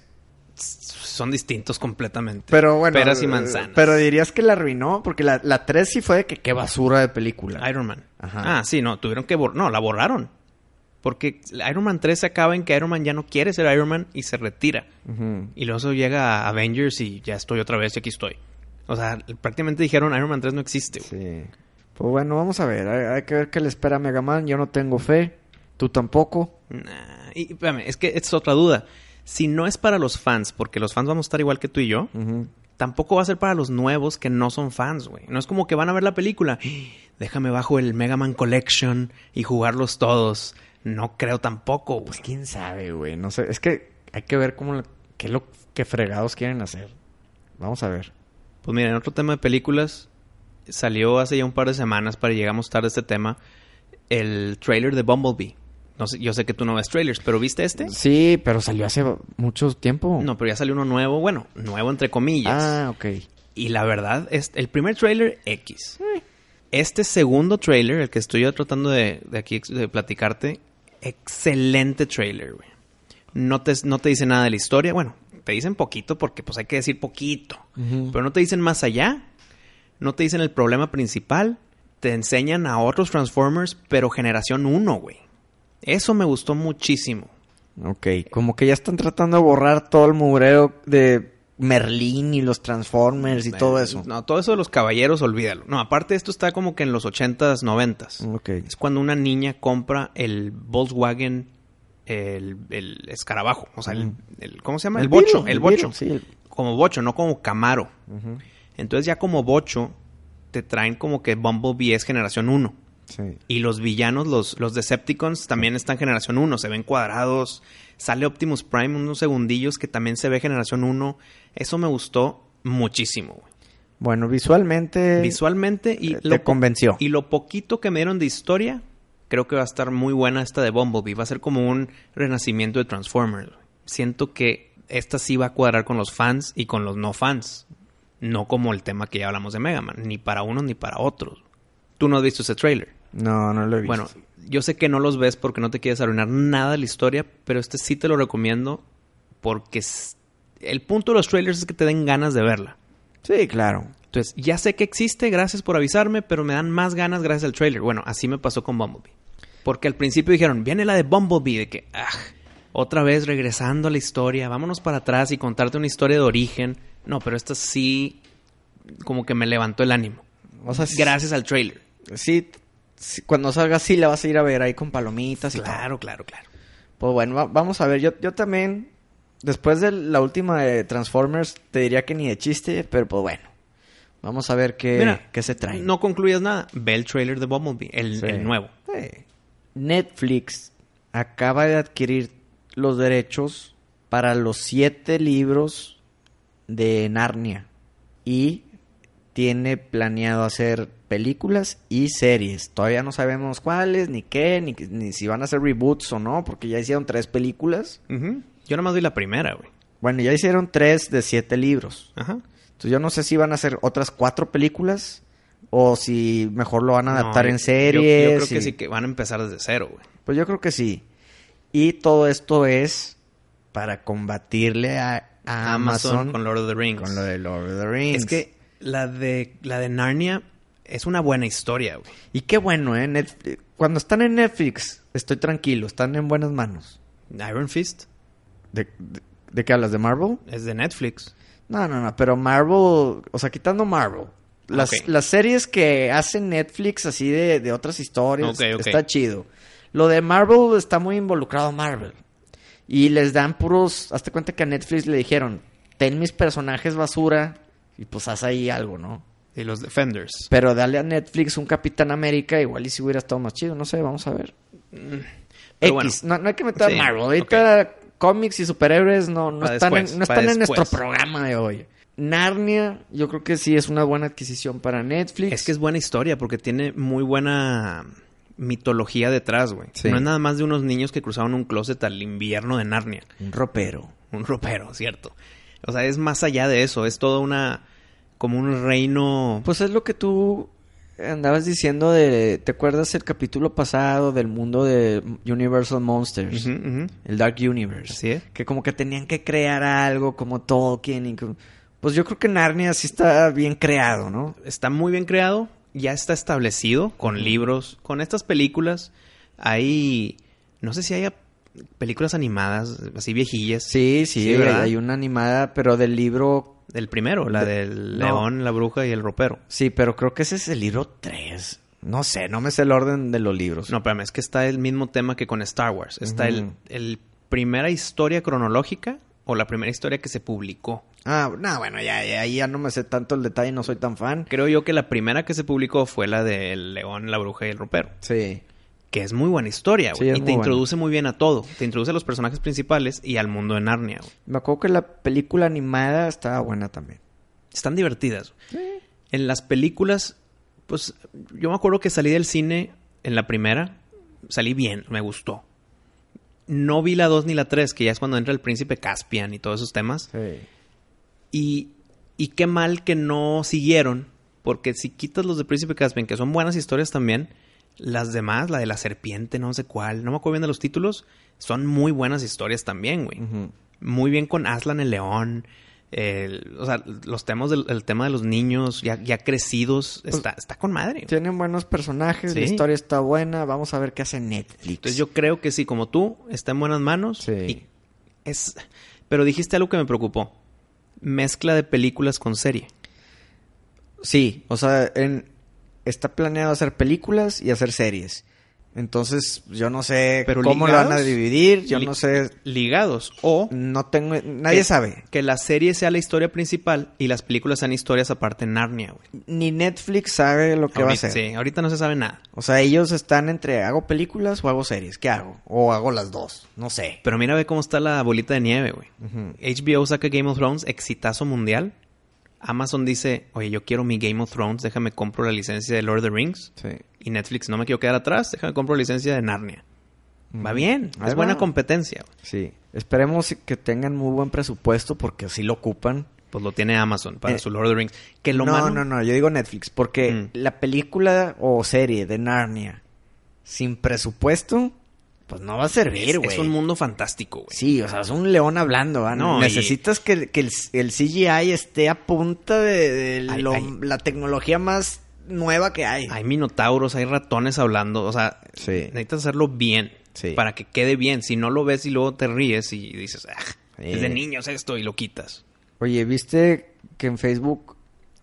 Son distintos completamente. Pero bueno. Peras y manzanas. Pero dirías que la arruinó porque la 3 sí fue de que qué basura de película. Iron Man. Ajá. Ah, sí, no. Tuvieron que no, la borraron. Porque Iron Man 3 se acaba en que Iron Man ya no quiere ser Iron Man y se retira. Ujú. Y luego llega a Avengers y ya estoy otra vez y aquí estoy. O sea, prácticamente dijeron Iron Man 3 no existe, güey. Sí. Pues bueno, vamos a ver. Hay que ver qué le espera a Mega Man. Yo no tengo fe. Tú tampoco. Nah, y espérame, es que es otra duda. Si no es para los fans, porque los fans vamos a estar igual que tú y yo, Ujú. tampoco va a ser para los nuevos que no son fans, güey. No es como que van a ver la película. Déjame bajo el Mega Man Collection y jugarlos todos. No creo tampoco, güey. Pues quién sabe, güey. No sé. Es que hay que ver qué fregados quieren hacer. Vamos a ver. Pues mira, en otro tema de películas, salió hace ya un par de semanas, para llegamos tarde a este tema, el trailer de Bumblebee. No sé, yo sé que tú no ves trailers, pero ¿viste este? Sí, pero salió hace mucho tiempo. No, pero ya salió uno nuevo, bueno, nuevo entre comillas. Ah, ok. Y la verdad, es el primer trailer X. Este segundo trailer, el que estoy yo tratando de platicarte, excelente trailer, güey. No te dice nada de la historia. Bueno, te dicen poquito porque pues hay que decir poquito. Ujú. Pero no te dicen más allá. No te dicen el problema principal. Te enseñan a otros Transformers, pero generación 1, güey. Eso me gustó muchísimo. Ok, como que ya están tratando de borrar todo el mugreo de Merlín y los Transformers y todo eso. No, todo eso de los caballeros, olvídalo. No, aparte esto está como que en los 80s, 90s. Ok. Es cuando una niña compra el Volkswagen, el escarabajo. O sea, ¿cómo se llama? El bocho. El bocho. Beetle, sí. Como bocho, no como Camaro. Entonces ya como bocho te traen como que Bumblebee es generación 1. Sí. Y los villanos, los Decepticons, también están generación 1. Se ven cuadrados. Sale Optimus Prime unos segundillos que también se ve generación 1. Eso me gustó muchísimo, güey. Bueno, visualmente Y te convenció. Y lo poquito que me dieron de historia, creo que va a estar muy buena esta de Bumblebee. Va a ser como un renacimiento de Transformers, güey. Siento que esta sí va a cuadrar con los fans y con los no fans. No como el tema que ya hablamos de Mega Man. Ni para unos ni para otros. ¿Tú no has visto ese tráiler? No lo he visto. Bueno, yo sé que no los ves porque no te quieres arruinar nada de la historia, pero este sí te lo recomiendo porque el punto de los trailers es que te den ganas de verla. Sí, claro. Entonces, ya sé que existe, gracias por avisarme, pero me dan más ganas gracias al trailer. Bueno, así me pasó con Bumblebee. Porque al principio dijeron, viene la de Bumblebee, de que, otra vez regresando a la historia, vámonos para atrás y contarte una historia de origen. No, pero esta sí, como que me levantó el ánimo. O sea, gracias al trailer. Sí, cuando salga sí la vas a ir a ver ahí con palomitas y Claro. Pues bueno, vamos a ver. Yo también, después de la última de Transformers, te diría que ni de chiste, pero pues bueno. Vamos a ver qué se trae. No concluyas nada. Ve el trailer de Bumblebee, el nuevo. Sí. Netflix acaba de adquirir los derechos para los 7 libros de Narnia. Y tiene planeado hacer películas y series. Todavía no sabemos cuáles, ni qué, ni si van a hacer reboots o no, porque ya hicieron 3 películas. Yo nomás vi la primera, güey. Bueno, ya hicieron 3 de 7 libros. Ajá. Entonces yo no sé si van a hacer otras 4 películas o si mejor lo van a adaptar en series. Yo creo que sí, que van a empezar desde cero, güey. Pues yo creo que sí. Y todo esto es para combatirle a Amazon con Lord of the Rings. Con lo de Lord of the Rings. Es que la de Narnia es una buena historia, güey. Y qué bueno, cuando están en Netflix, estoy tranquilo, están en buenas manos. Iron Fist ¿De qué hablas? ¿De Marvel? es de Netflix. No, pero Marvel, o sea, quitando Marvel. Las series que hace Netflix así de otras historias, está chido. Lo de Marvel está muy involucrado Marvel. Y les dan puros... Hazte cuenta que a Netflix le dijeron, ten mis personajes basura y pues haz ahí algo, ¿no? Y los Defenders. Pero dale a Netflix un Capitán América, igual y si hubiera estado más chido, no sé, vamos a ver. Pero X, bueno, no hay que meter a Marvel. Ahorita cómics y superhéroes no están en nuestro programa de hoy. Narnia, yo creo que sí es una buena adquisición para Netflix. Es que es buena historia porque tiene muy buena mitología detrás, güey. Sí. No es nada más de unos niños que cruzaban un closet al invierno de Narnia. Un ropero, cierto. O sea, es más allá de eso. Es todo como un reino... Pues es lo que tú andabas diciendo ¿te acuerdas el capítulo pasado del mundo de Universal Monsters? El Dark Universe. Así es. Que como que tenían que crear algo como Tolkien. Pues yo creo que Narnia sí está bien creado, ¿no? Está muy bien creado. Ya está establecido con libros. Con estas películas hay... No sé si haya películas animadas, así viejillas. Sí, ¿verdad? hay una animada, pero del libro... Del primero, la del león, la bruja y el ropero. Sí, pero creo que ese es el libro 3. No sé, no me sé el orden de los libros. No, espérame, es que está el mismo tema que con Star Wars. Está el primera historia cronológica o la primera historia que se publicó. No, bueno, ya no me sé tanto el detalle, no soy tan fan. Creo yo que la primera que se publicó fue la del león, la bruja y el ropero. Sí. Que es muy buena historia, güey. Sí, y te introduce muy bien a todo. Te introduce a los personajes principales y al mundo de Narnia, güey. Me acuerdo que la película animada estaba buena también. Están divertidas. Sí. En las películas, pues yo me acuerdo que salí del cine en la primera. Salí bien, me gustó. No vi la 2 ni la 3, que ya es cuando entra el príncipe Caspian y todos esos temas. Sí. Y qué mal que no siguieron, porque si quitas los de príncipe Caspian, que son buenas historias también, las demás, la de la serpiente, no sé cuál, no me acuerdo bien de los títulos, son muy buenas historias también, güey. Muy bien con Aslan el león. O sea, los temas el tema de los niños ya crecidos, pues, está con madre. Tienen buenos personajes, la historia está buena, vamos a ver qué hace Netflix. Entonces yo creo que sí, como tú, está en buenas manos. Sí. Pero dijiste algo que me preocupó. mezcla de películas con serie. Sí, o sea, está planeado hacer películas y hacer series. Entonces, yo no sé Pero cómo lo van a dividir, yo no sé... Ligados. O No tengo... Nadie sabe. que la serie sea la historia principal y las películas sean historias aparte en Narnia, güey. Ni Netflix sabe lo que va a hacer. Sí, ahorita no se sabe nada. O sea, ellos están entre ¿hago películas o hago series? ¿Qué hago? O hago las dos, no sé. Pero mira, ve cómo está la bolita de nieve, güey. HBO saca Game of Thrones, exitazo mundial. Amazon dice, oye, yo quiero mi Game of Thrones, déjame compro la licencia de Lord of the Rings. Sí. Y Netflix, no me quiero quedar atrás, déjame compro la licencia de Narnia. Va bien, Ahí es buena va. competencia, güey. Sí. Esperemos que tengan muy buen presupuesto porque así lo ocupan. Pues lo tiene Amazon para su Lord of the Rings. Que lo no, malo... no, yo digo Netflix porque la película o serie de Narnia sin presupuesto, pues no va a servir, güey. Es un mundo fantástico, güey. Sí, o sea, es un león hablando, ¿ah? No, necesitas que el CGI esté a punta de Ay. la tecnología más nueva que hay. Hay minotauros, hay ratones hablando. O sea, Sí. necesitas hacerlo bien. Sí. Para que quede bien. Si no lo ves y luego te ríes y dices, Sí. es de niños esto, y lo quitas. Oye, ¿viste que en Facebook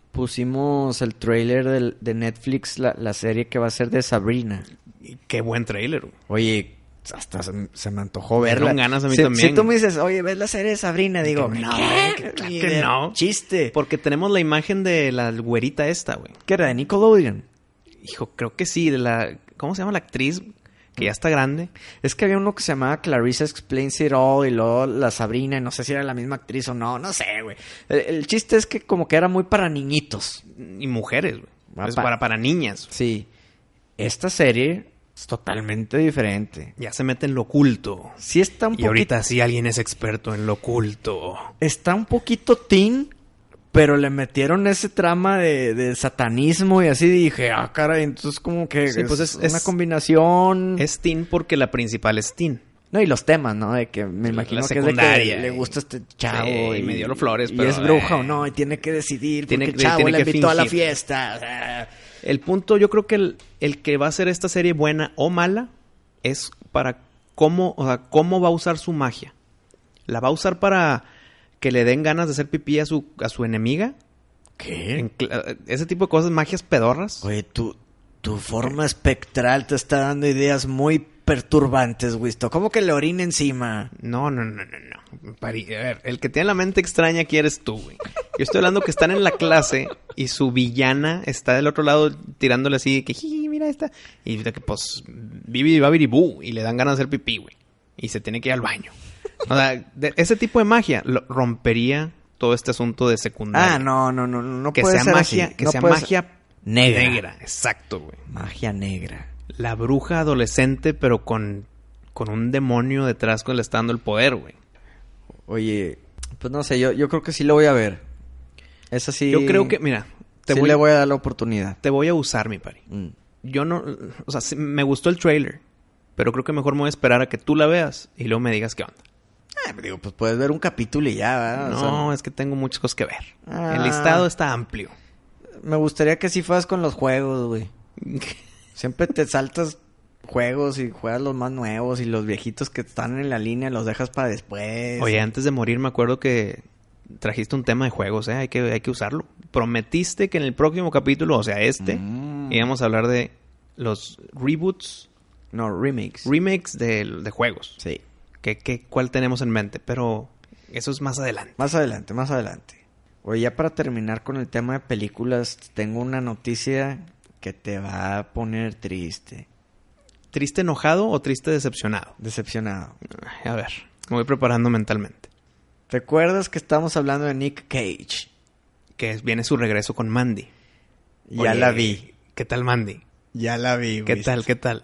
pusimos el trailer de Netflix, la serie que va a ser de Sabrina? Y qué buen trailer, güey. Oye, hasta se me antojó Me verla. dieron ganas a mí si, también. Si tú me dices, oye, ¿ves la serie de Sabrina? Digo, Que no, ¿qué? claro Ni que de no. chiste. Porque tenemos la imagen de la güerita esta, güey. ¿Qué era? ¿De Nickelodeon? Hijo, creo que sí, de la... ¿Cómo se llama la actriz? Que ya está grande. Es que había uno que se llamaba Clarissa Explains It All y luego la Sabrina, y no sé si era la misma actriz o no, no sé, güey. El chiste es que como que era muy para niñitos. Y mujeres, güey. Ah, Es para niñas. Sí. Esta serie es totalmente diferente. Ya se mete en lo oculto. Sí está un Y poquito... ahorita sí alguien es experto en lo oculto. Está un poquito teen, pero le metieron ese trama de satanismo y así dije, ah, caray, entonces como que Sí, pues es una combinación... Es teen porque la principal es teen. No, y los temas, ¿no? De que me imagino La que es de que secundaria, le gusta este chavo. Sí, y me dio los flores, y pero, es bruja o no, y tiene que decidir porque el chavo tiene le que invitó a la fingir. fiesta. O sea, El punto, yo creo que el que va a hacer esta serie buena o mala es para cómo va a usar su magia. ¿La va a usar para que le den ganas de hacer pipí a su enemiga? ¿qué? Ese tipo de cosas, magias pedorras. Oye, tu forma espectral te está dando ideas muy perturbantes, Wisto. ¿Cómo que le orina encima? No. A ver, el que tiene la mente extraña aquí eres tú, güey. Yo estoy hablando que están en la clase y su villana está del otro lado tirándole así que, mira esta. Y de que, pues, bibi babiri bú. Y le dan ganas de hacer pipí, güey. Y se tiene que ir al baño. O sea, ese tipo de magia rompería todo este asunto de secundaria. Ah, no que puede sea ser magia, así. que No sea puede magia ser- negra. negra. Exacto, güey. Magia negra. La bruja adolescente, pero con un demonio detrás que le está dando el poder, güey. Oye, pues no sé, yo creo que sí lo voy a ver. Es así. Yo creo que, mira, le voy a dar la oportunidad. te voy a usar, mi pari. Yo no, o sea, sí, me gustó el trailer, pero creo que mejor me voy a esperar a que tú la veas y luego me digas qué onda. Digo, pues puedes ver un capítulo y ya, ¿verdad? O No, sea, es que tengo muchas cosas que ver. Ah. El listado está amplio. me gustaría que sí fueras con los juegos, güey. Siempre te saltas juegos y juegas los más nuevos y los viejitos que están en la línea los dejas para después. Oye, antes de morir me acuerdo que trajiste un tema de juegos, ¿eh? Hay que usarlo. Prometiste que en el próximo capítulo, o sea, íbamos a hablar de los reboots, No, remakes. remakes de juegos. Sí. ¿Cuál tenemos en mente? Pero eso es más adelante. Más adelante. Oye, ya para terminar con el tema de películas, tengo una noticia que te va a poner triste. ¿Triste enojado o triste decepcionado? Decepcionado. A ver, me voy preparando mentalmente. ¿Recuerdas que estamos hablando de Nick Cage? Que viene su regreso con Mandy. Ya Oye, la vi. ¿Qué tal Mandy? Ya la vi, ¿Qué tal?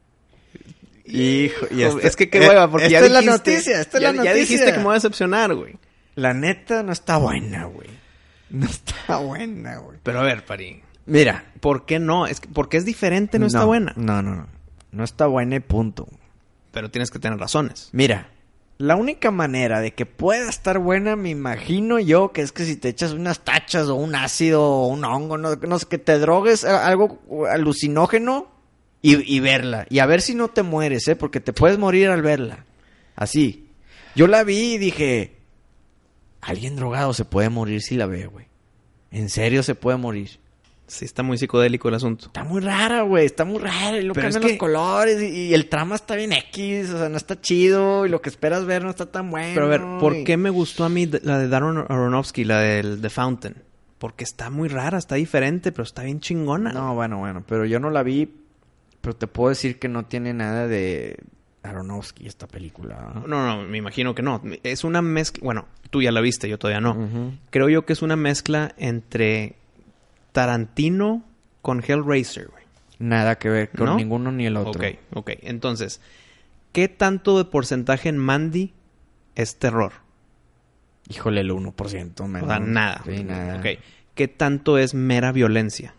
Hijo, Es que qué hueva, porque esta ya es la dijiste... noticia, esta es la ya noticia. dijiste que me voy a decepcionar, güey. La neta no está buena, güey. No está buena, güey. Pero a ver, Pari, Mira. ¿por qué no? Porque es diferente, no está buena. No. No está buena y punto. Pero tienes que tener razones. Mira, la única manera de que pueda estar buena, me imagino yo, que es que si te echas unas tachas o un ácido o un hongo, no sé, que te drogues algo alucinógeno y verla. Y a ver si no te mueres, porque te puedes morir al verla. Así. Yo la vi y dije, Alguien drogado se puede morir si la ve, güey. En serio se puede morir. Sí, está muy psicodélico el asunto. Está muy rara, güey. Está muy rara. Y lo Pero cambian es los colores. Y el trama está bien X. O sea, no está chido. Y lo que esperas ver no está tan bueno. Pero a ver, ¿por qué me gustó a mí la de Darren Aronofsky, la del The Fountain? Porque está muy rara, está diferente, pero está bien chingona. No, bueno. Pero yo no la vi. Pero te puedo decir que no tiene nada de Aronofsky esta película. No, me imagino que no. Es una mezcla... Bueno, tú ya la viste, yo todavía no. Ujú. Creo yo que es una mezcla entre Tarantino con Hellraiser, güey. Nada que ver con ¿No? ninguno ni el otro. Ok. Entonces, ¿qué tanto de porcentaje en Mandy es terror? Híjole, el 1% menos. O sea, nada. Sí, nada. Ok. ¿Qué tanto es mera violencia?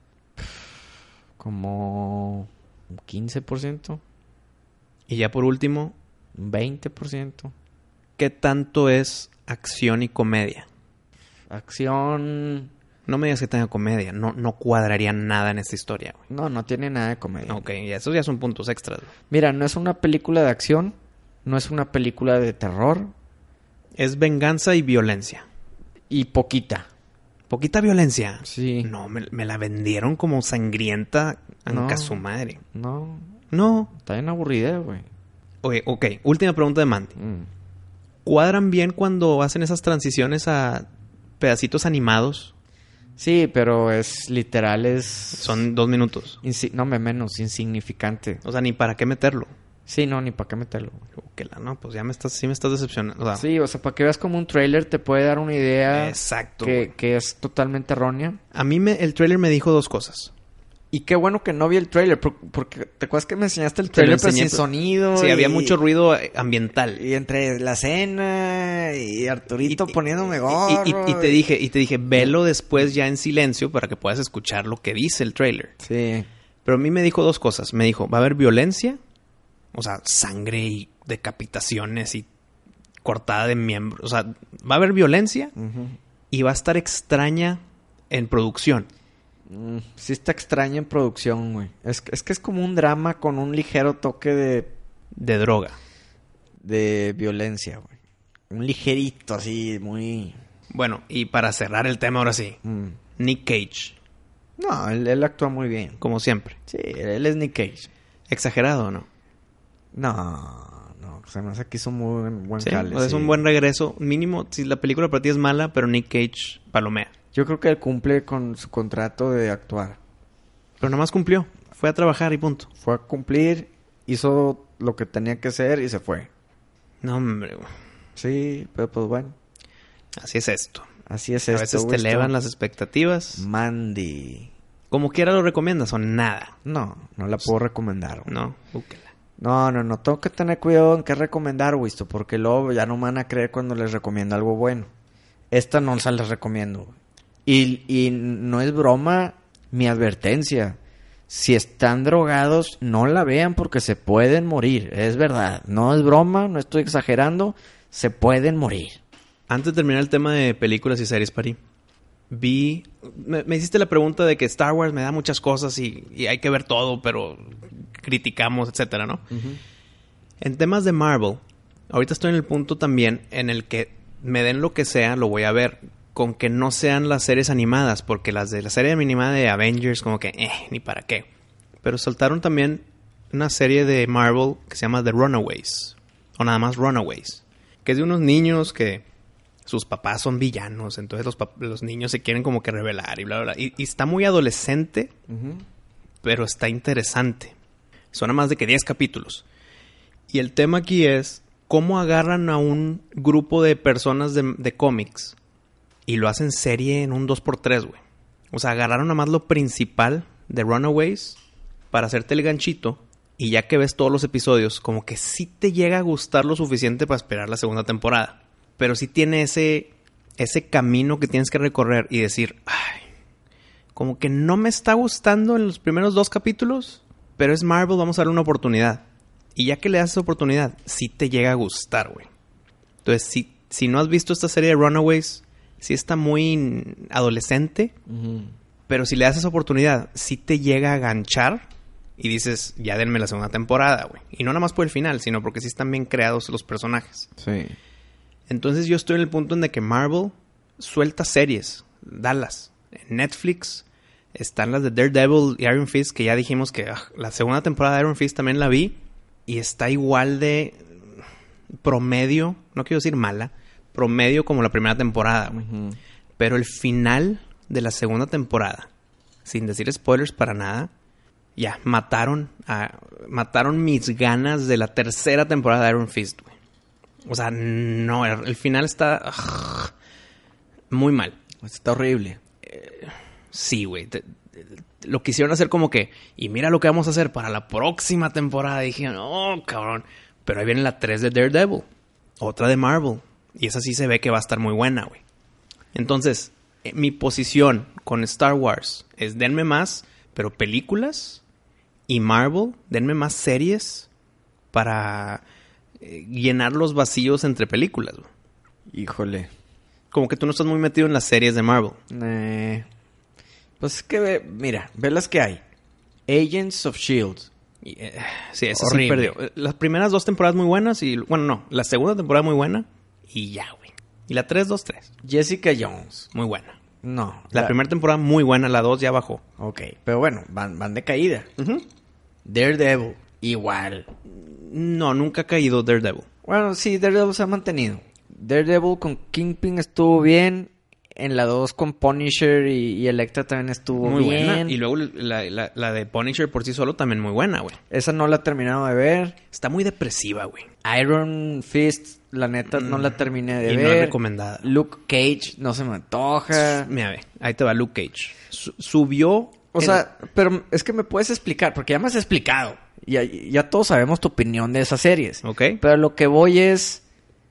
Como un 15%. Y ya por último, Un 20%. ¿qué tanto es acción y comedia? Acción... No me digas que tenga comedia. No cuadraría nada en esta historia, güey. No tiene nada de comedia. Ok, y esos ya son puntos extras, güey. Mira, no es una película de acción. No es una película de terror. Es venganza y violencia. Y poquita. Poquita violencia. Sí. No, me la vendieron como sangrienta anca No. su madre. No, No. está bien aburrida, güey. Oye, ok. Última pregunta de Mandy. ¿Cuadran bien cuando hacen esas transiciones a pedacitos animados? Sí, pero es literal, es... Son 2 minutos. No, menos, insignificante. O sea, ni para qué meterlo. Sí, no, ni para qué meterlo. No, pues ya me estás decepcionando. O sea, Sí, o sea, para que veas como un tráiler te puede dar una idea exacto. que es totalmente errónea. A mí el tráiler me dijo 2 cosas. Y qué bueno que no vi el tráiler, porque te acuerdas que me enseñaste el Te lo tráiler pero enseñé, sin sonido. Sí, y- había mucho ruido ambiental. Y entre la cena y Arturito poniéndome gorro. Y te dije, velo después ya en silencio para que puedas escuchar lo que dice el tráiler. Sí. Pero a mí me dijo 2 cosas. Me dijo, va a haber violencia, o sea, sangre y decapitaciones y cortada de miembros. O sea, va a haber violencia y va a estar extraña en producción. Sí está extraño en producción, güey. Es que es como un drama con un ligero toque De droga. de violencia, güey. Un ligerito, así, muy... Bueno, y para cerrar el tema ahora sí. Nick Cage, No, él actúa muy bien. como siempre. Sí, él es Nick Cage. ¿Exagerado o no? No. Se me hace que hizo muy buen Sí, jale. o sea, es sí. un buen regreso. Mínimo, si la película para ti es mala, pero Nick Cage palomea. Yo creo que él cumple con su contrato de actuar. Pero nada más cumplió. Fue a trabajar y punto. Fue a cumplir, hizo lo que tenía que hacer y se fue. No, hombre, güey. Sí, pero pues bueno. Así es esto. Así es A esto. veces te Winston. elevan las expectativas. Mandy. Como quiera lo recomiendas o nada. No la puedo recomendar, güey. No, búsquela. No. Tengo que tener cuidado en qué recomendar, Wisto, porque luego ya no me van a creer cuando les recomiendo algo bueno. Esta no se las recomiendo, güey. Y no es broma mi advertencia. Si están drogados, no la vean porque se pueden morir. Es verdad. No es broma, no estoy exagerando. Se pueden morir. Antes de terminar el tema de películas y series, Pari, me hiciste la pregunta de que Star Wars me da muchas cosas y hay que ver todo, pero criticamos, etcétera, ¿no? En temas de Marvel, ahorita estoy en el punto también en el que me den lo que sea, lo voy a ver, con que no sean las series animadas, porque las de la serie animada de Avengers, como que, ni para qué. Pero soltaron también una serie de Marvel que se llama The Runaways, o nada más Runaways, que es de unos niños que sus papás son villanos, entonces los niños se quieren como que rebelar y bla, bla, bla. Y está muy adolescente, pero está interesante. Son a más de que 10 capítulos. Y el tema aquí es cómo agarran a un grupo de personas de cómics y lo hacen serie en un 2x3, güey. O sea, agarraron nada más lo principal de Runaways para hacerte el ganchito. Y ya que ves todos los episodios, como que sí te llega a gustar lo suficiente para esperar la segunda temporada. Pero sí tiene ese camino que tienes que recorrer y decir, ay, como que no me está gustando en los primeros 2 capítulos, pero es Marvel, vamos a darle una oportunidad. Y ya que le das esa oportunidad, sí te llega a gustar, güey. Entonces, si no has visto esta serie de Runaways, sí está muy adolescente, pero si le das esa oportunidad, sí te llega a ganchar y dices, ya denme la segunda temporada, güey. Y no nada más por el final, sino porque sí están bien creados los personajes. Sí. Entonces yo estoy en el punto en de que Marvel suelta series. Dalas. En Netflix están las de Daredevil y Iron Fist, que ya dijimos que la segunda temporada de Iron Fist también la vi. Y está igual de promedio, no quiero decir mala, promedio como la primera temporada, güey. Ujú. Pero el final de la segunda temporada, sin decir spoilers para nada, ya, mataron mis ganas de la tercera temporada de Iron Fist, güey. O sea, no, el final está muy mal. Está horrible. Sí, güey. Lo quisieron hacer como que, y mira lo que vamos a hacer para la próxima temporada. Y dije, no, cabrón. Pero ahí viene la 3 de Daredevil. Otra de Marvel. Y esa sí se ve que va a estar muy buena, güey. Entonces, mi posición con Star Wars es denme más, pero películas. Y Marvel, denme más series para llenar los vacíos entre películas, güey. Híjole. Como que tú no estás muy metido en las series de Marvel. Pues es que mira, ve las que hay. Agents of S.H.I.E.L.D. Sí, esa sí Horrible. perdió. Las primeras 2 temporadas muy buenas y... Bueno, no. La segunda temporada muy buena y ya, güey. Y la 3, 2, 3. Jessica Jones. Muy buena. No. La primera temporada muy buena. La 2 ya bajó. Ok, pero bueno, van de caída. Daredevil, igual. No, nunca ha caído Daredevil. Bueno, sí, Daredevil se ha mantenido. Daredevil con Kingpin estuvo bien. En la 2 con Punisher y Elektra también estuvo Muy bien. buena. Y luego la de Punisher por sí solo también muy buena, güey. Esa no la he terminado de ver. Está muy depresiva, güey. Iron Fist, la neta, no la terminé de y ver. no es recomendada. Luke Cage, no se me antoja. Mira, ve. Ahí te va Luke Cage. Subió... O sea, pero es que me puedes explicar, porque ya me has explicado. Ya todos sabemos tu opinión de esas series. Ok. Pero lo que voy es...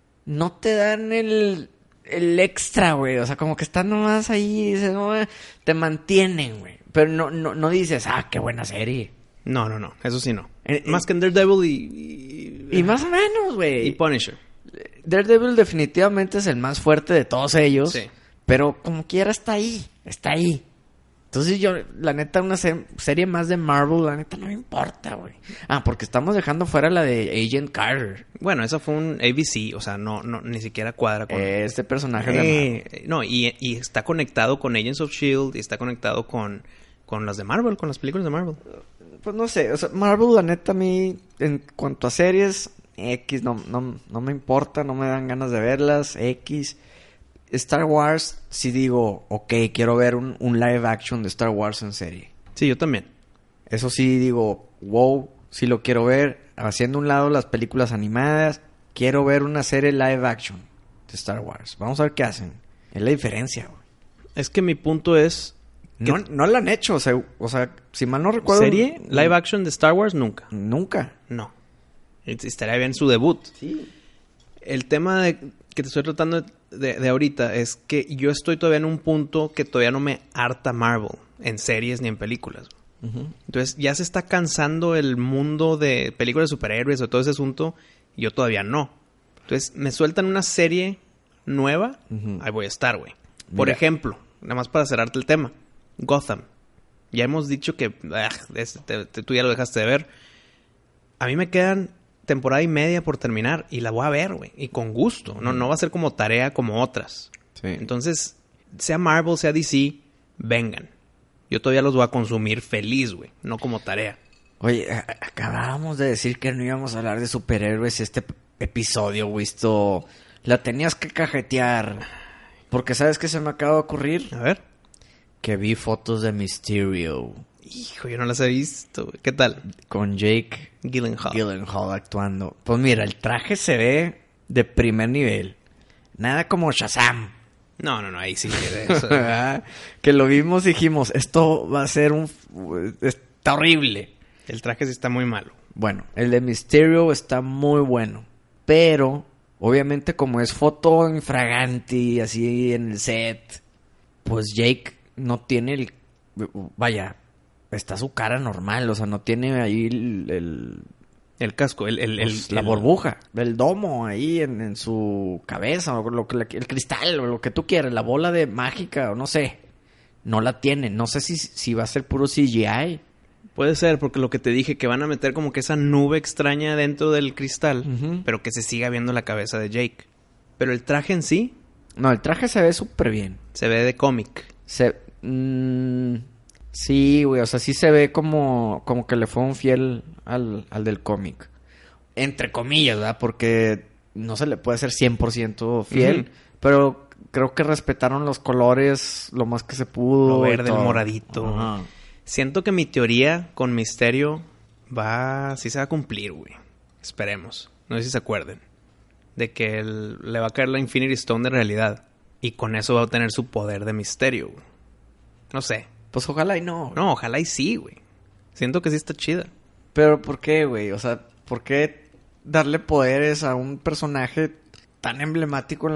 No te dan el extra, güey. O sea, como que están nomás ahí. Dices, no, te mantienen, güey. Pero no dices, qué buena serie. No. Eso sí no. Más que en Daredevil Y más o menos, güey. y Punisher. Daredevil definitivamente es el más fuerte de todos ellos. Sí. Pero como quiera está ahí. Está ahí. Entonces yo, la neta, una serie más de Marvel, la neta, no me importa, güey. Porque estamos dejando fuera la de Agent Carter. Bueno, esa fue un ABC, o sea, no ni siquiera cuadra con... Este personaje de Marvel. No, y está conectado con Agents of S.H.I.E.L.D. y está conectado con las de Marvel, con las películas de Marvel. Pues no sé, o sea, Marvel, la neta, a mí, en cuanto a series, X, no me importa, no me dan ganas de verlas, X. Star Wars, sí digo, ok, quiero ver un live action de Star Wars en serie. Sí, yo también. Eso sí digo, wow, sí lo quiero ver. Haciendo a un lado las películas animadas, quiero ver una serie live action de Star Wars. Vamos a ver qué hacen. Es la diferencia, güey. Es que mi punto es... No la han hecho, o sea, si mal no recuerdo... ¿Serie? ¿Live action de Star Wars? Nunca. Nunca. No. Estaría bien su debut. Sí. El tema que te estoy tratando de ahorita es que yo estoy todavía en un punto que todavía no me harta Marvel en series ni en películas. Entonces ya se está cansando el mundo de películas de superhéroes o todo ese asunto y yo todavía no. Entonces me sueltan una serie nueva, ahí voy a estar, güey. Por ejemplo, nada más para cerrarte el tema, Gotham. Ya hemos dicho que tú ya lo dejaste de ver. A mí me quedan temporada y media por terminar y la voy a ver, güey. Y con gusto. No va a ser como tarea como otras. Sí. Entonces, sea Marvel, sea DC, vengan. Yo todavía los voy a consumir feliz, güey. No como tarea. Oye, acabábamos de decir que no íbamos a hablar de superhéroes este episodio, güey. Esto la tenías que cajetear. Porque ¿sabes qué se me acaba de ocurrir? A ver. Que vi fotos de Mysterio. Hijo, yo no las he visto, güey. ¿Qué tal? Con Jake Gyllenhaal actuando. Pues mira, el traje se ve de primer nivel. Nada como Shazam. No, ahí sí quiere eso. Que lo vimos y dijimos, esto va a ser está horrible. El traje sí está muy malo. Bueno, el de Mysterio está muy bueno. Pero, obviamente, como es foto infraganti, así en el set, pues Jake no tiene vaya, está su cara normal. O sea, no tiene ahí el casco, la burbuja, el domo ahí en su cabeza, o el cristal, o lo que tú quieras, la bola de mágica, o no sé. No la tiene. No sé si va a ser puro CGI. Puede ser, porque lo que te dije, que van a meter como que esa nube extraña dentro del cristal, pero que se siga viendo la cabeza de Jake. Pero el traje en sí No, el traje se ve súper bien. se ve de cómic. Sí, güey, o sea, sí se ve como que le fue un fiel al del cómic. Entre comillas, ¿verdad? Porque no se le puede ser 100% fiel, Ujú. pero creo que respetaron los colores lo más que se pudo. Lo y verde, el todo. moradito. Ajá. Siento que mi teoría con Misterio sí se va a cumplir, güey. Esperemos. No sé si se acuerden. De que le va a caer la Infinity Stone de realidad. Y con eso va a obtener su poder de Misterio, güey. No sé. Pues ojalá y no. No, ojalá y sí, güey. Siento que sí está chida. Pero ¿por qué, güey? O sea, ¿por qué darle poderes a un personaje tan emblemático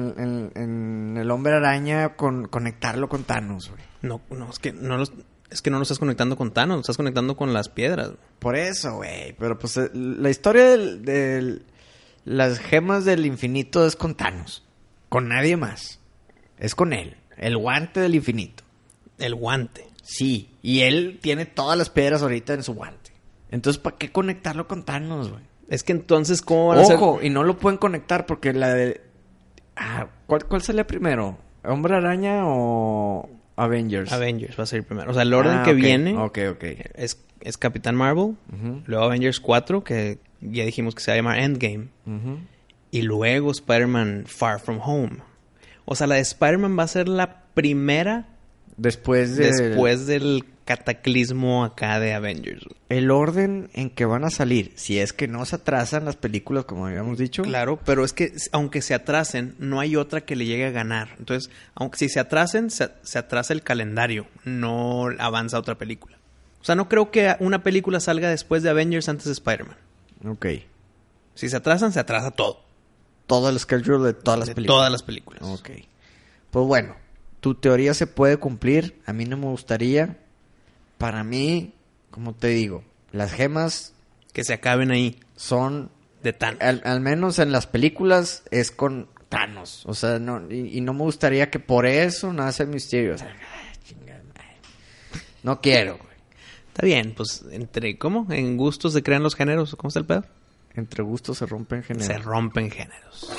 en el Hombre Araña con conectarlo con Thanos, güey? No, es que no lo estás conectando con Thanos, lo estás conectando con las piedras, güey. Por eso, güey. Pero pues la historia de las gemas del infinito es con Thanos. Con nadie más. Es con él. El guante del infinito. El guante. Sí. Y él tiene todas las piedras ahorita en su guante. Entonces, ¿para qué conectarlo con Thanos, güey? Es que entonces, ¿cómo van a hacer? Ojo, y no lo pueden conectar porque la de... ¿Cuál salía primero? ¿Hombre Araña o Avengers? Avengers va a ser primero. O sea, el orden que ok. viene Ok. es Capitán Marvel, Ujú. luego Avengers 4, que ya dijimos que se va a llamar Endgame, Ujú. y luego Spider-Man Far From Home. O sea, la de Spider-Man va a ser la primera Después del cataclismo acá de Avengers. el orden en que van a salir, si es que no se atrasan las películas, como habíamos dicho. Claro, pero es que aunque se atrasen, no hay otra que le llegue a ganar. Entonces, aunque si se atrasen, se atrasa el calendario, no avanza otra película. O sea, no creo que una película salga después de Avengers antes de Spider-Man. Ok. Si se atrasan, se atrasa todo. Todo el schedule de todas las De películas. todas las películas. Ok. Pues bueno, tu teoría se puede cumplir. A mí no me gustaría. Para mí, como te digo, las gemas Que se acaben ahí, son... de Thanos. Al menos en las películas es con Thanos. O sea, no, y no me gustaría que por eso nace el misterio. O sea, chingada madre. No quiero, güey. Está bien, pues, ¿cómo? En gustos se crean los géneros. ¿Cómo está el pedo? Entre gustos se rompen Se géneros. rompen géneros.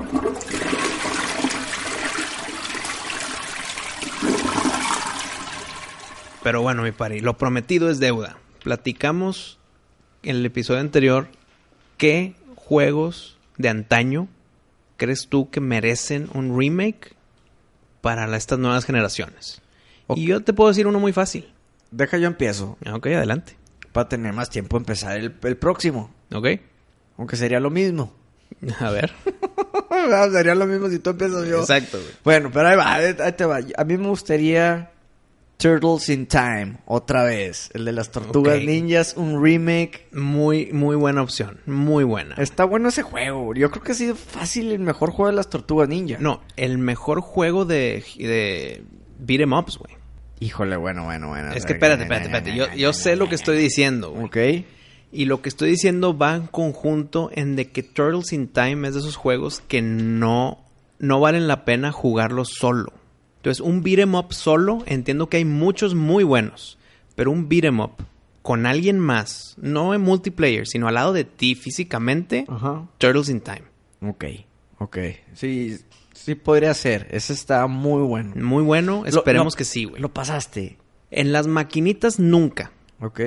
Pero bueno, mi pari, lo prometido es deuda. Platicamos en el episodio anterior qué juegos de antaño crees tú que merecen un remake para estas nuevas generaciones. Ok. Y yo te puedo decir uno muy fácil. Deja yo empiezo. Ok, adelante. Para tener más tiempo empezar el próximo. Ok. Aunque sería lo mismo. A ver. Sería lo mismo si tú empiezas yo. Exacto, güey. Bueno, pero ahí va, ahí te va. A mí me gustaría Turtles in Time, otra vez. El de las Tortugas Ok. Ninjas, un remake. Muy, muy buena opción. Muy buena. Está bueno ese juego. Yo creo que ha sido fácil el mejor juego de las Tortugas Ninja. No, el mejor juego de beat 'em ups, güey. Híjole, bueno. Es que espérate. Yo sé lo que estoy diciendo, güey. Ok. Y lo que estoy diciendo va en conjunto en de que Turtles in Time es de esos juegos que no valen la pena jugarlos solo. Entonces, un beat 'em up solo, entiendo que hay muchos muy buenos. Pero un beat 'em up con alguien más, no en multiplayer, sino al lado de ti físicamente, Ajá. Turtles in Time. Ok. Sí podría ser. Ese está muy bueno. Muy bueno, esperemos que sí, güey. Lo pasaste. En las maquinitas nunca. Ok.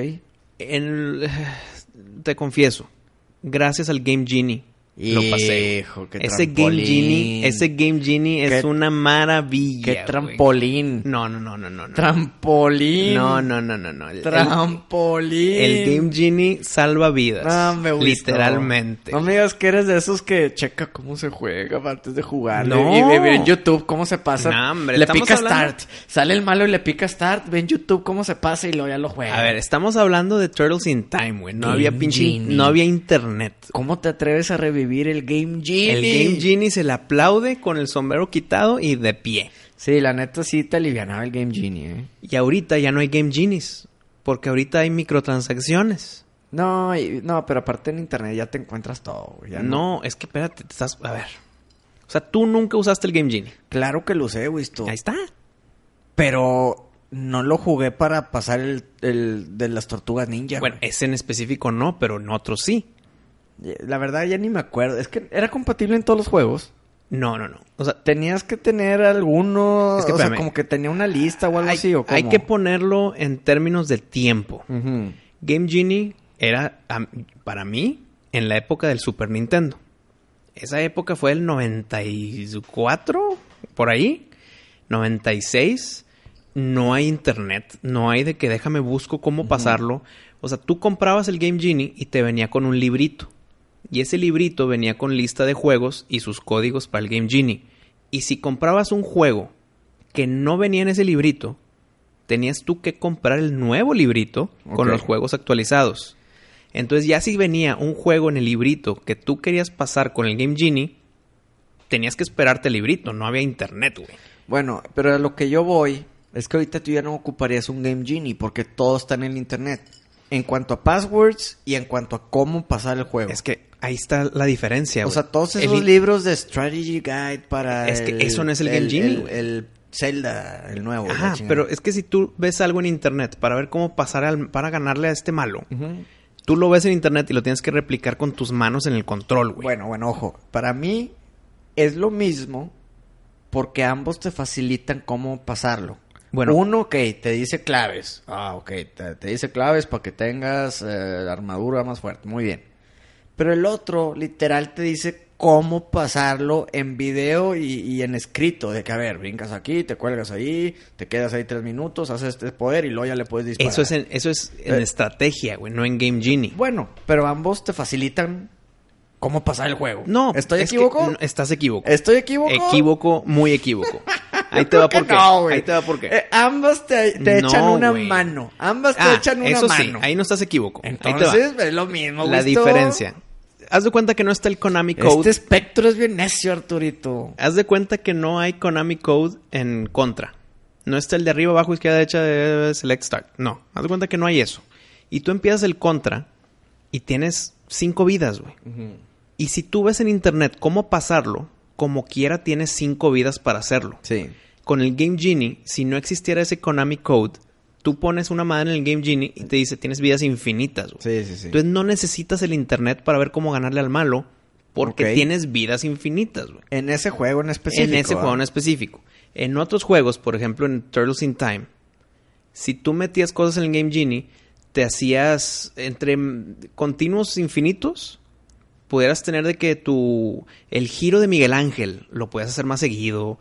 Te confieso, gracias al Game Genie lo pasé. Hijo, qué Ese trampolín. Game Genie es Qué- una maravilla. Qué güey. trampolín. No. Trampolín. No. Trampolín. El Game Genie salva vidas. No, me gustó. Literalmente. No me digas que eres de esos que checa cómo se juega antes de jugar. No. Y ve en YouTube cómo se pasa. No, hombre, le estamos pica hablando- Start. Sale el malo y le pica Start. Ve en YouTube cómo se pasa y luego ya lo juega. A ver, estamos hablando de Turtles in Time, güey. Game Genie. No había internet. ¿Cómo te atreves a revivir el Game Genie? El Game Genie se le aplaude con el sombrero quitado y de pie. Sí, la neta sí te alivianaba el Game Genie, ¿eh? Y ahorita ya no hay Game Genies. Porque ahorita hay microtransacciones. No, pero aparte en internet ya te encuentras todo, güey. Ya No, es que espérate, a ver. O sea, tú nunca usaste el Game Genie. Claro que lo usé, güey. Ahí está. Pero no lo jugué para pasar el de las Tortugas Ninja. Bueno, güey. ese en específico no, pero en otros sí. La verdad ya ni me acuerdo. Es que era compatible en todos los juegos. No. O sea, Tenías que tener alguno... Es que o sea, espérame. como que tenía una lista o algo así, ¿o cómo? hay que ponerlo en términos de tiempo. Ujú. Game Genie era, para mí, en la época del Super Nintendo. Esa época fue el 94, por ahí. 96. No hay internet. No hay de que déjame busco cómo pasarlo. O sea, tú comprabas el Game Genie y te venía con un librito. Y ese librito venía con lista de juegos y sus códigos para el Game Genie. Y si comprabas un juego que no venía en ese librito, tenías tú que comprar el nuevo librito con Ok. los juegos actualizados. Entonces ya si venía un juego en el librito que tú querías pasar con el Game Genie, tenías que esperarte el librito. No había internet, güey. Bueno, pero a lo que yo voy es que ahorita tú ya no ocuparías un Game Genie porque todo está en el internet. En cuanto a passwords y en cuanto a cómo pasar el juego. Es que ahí está la diferencia, O güey. sea, todos esos libros de Strategy Guide para... Es que eso no es el Game Genie, güey. El Zelda, el nuevo. la Ajá, chingada. pero es que si tú ves algo en internet para ver cómo pasar para ganarle a este malo, Ujú. tú lo ves en internet y lo tienes que replicar con tus manos en el control, güey. Bueno, ojo. Para mí es lo mismo porque ambos te facilitan cómo pasarlo. Bueno. Uno, ok, te dice claves. Ah, ok, te dice claves para que tengas armadura más fuerte. Muy bien. Pero el otro, literal, te dice cómo pasarlo en video y en escrito. De que, a ver, brincas aquí, te cuelgas ahí, te quedas ahí 3 minutos, haces este poder y luego ya le puedes disparar. Eso es en estrategia, güey, no en Game Genie. Bueno, pero ambos te facilitan cómo pasar el juego. No, ¿Estoy es que equivocado? no, estás equivocado. ¿Estoy equivocado? Equívoco, muy equívoco. Ahí Yo te va creo por que qué. no, güey. Ahí te va por qué. Ambas te No, echan una güey. mano. Ambas te echan una eso mano. sí, ahí no estás equívoco. Ahí te va. Entonces, es lo mismo, La ¿visto? diferencia. Haz de cuenta que no está el Konami Code. Este espectro es bien necio, Arturito. Haz de cuenta que no hay Konami Code en Contra. No está el de arriba, abajo, izquierda, derecha, de Select Start. No, haz de cuenta que no hay eso. Y tú empiezas el Contra y tienes 5 vidas, güey. Y si tú ves en internet cómo pasarlo, como quiera tienes 5 vidas para hacerlo. Sí. Con el Game Genie, si no existiera ese Konami Code, tú pones una madre en el Game Genie y te dice tienes vidas infinitas, güey. Sí. Entonces no necesitas el internet para ver cómo ganarle al malo porque Ok. tienes vidas infinitas, güey. En ese juego en específico. En ese juego en específico. En otros juegos, por ejemplo en Turtles in Time, si tú metías cosas en el Game Genie, te hacías entre continuos infinitos, pudieras tener de que el giro de Miguel Ángel lo puedas hacer más seguido,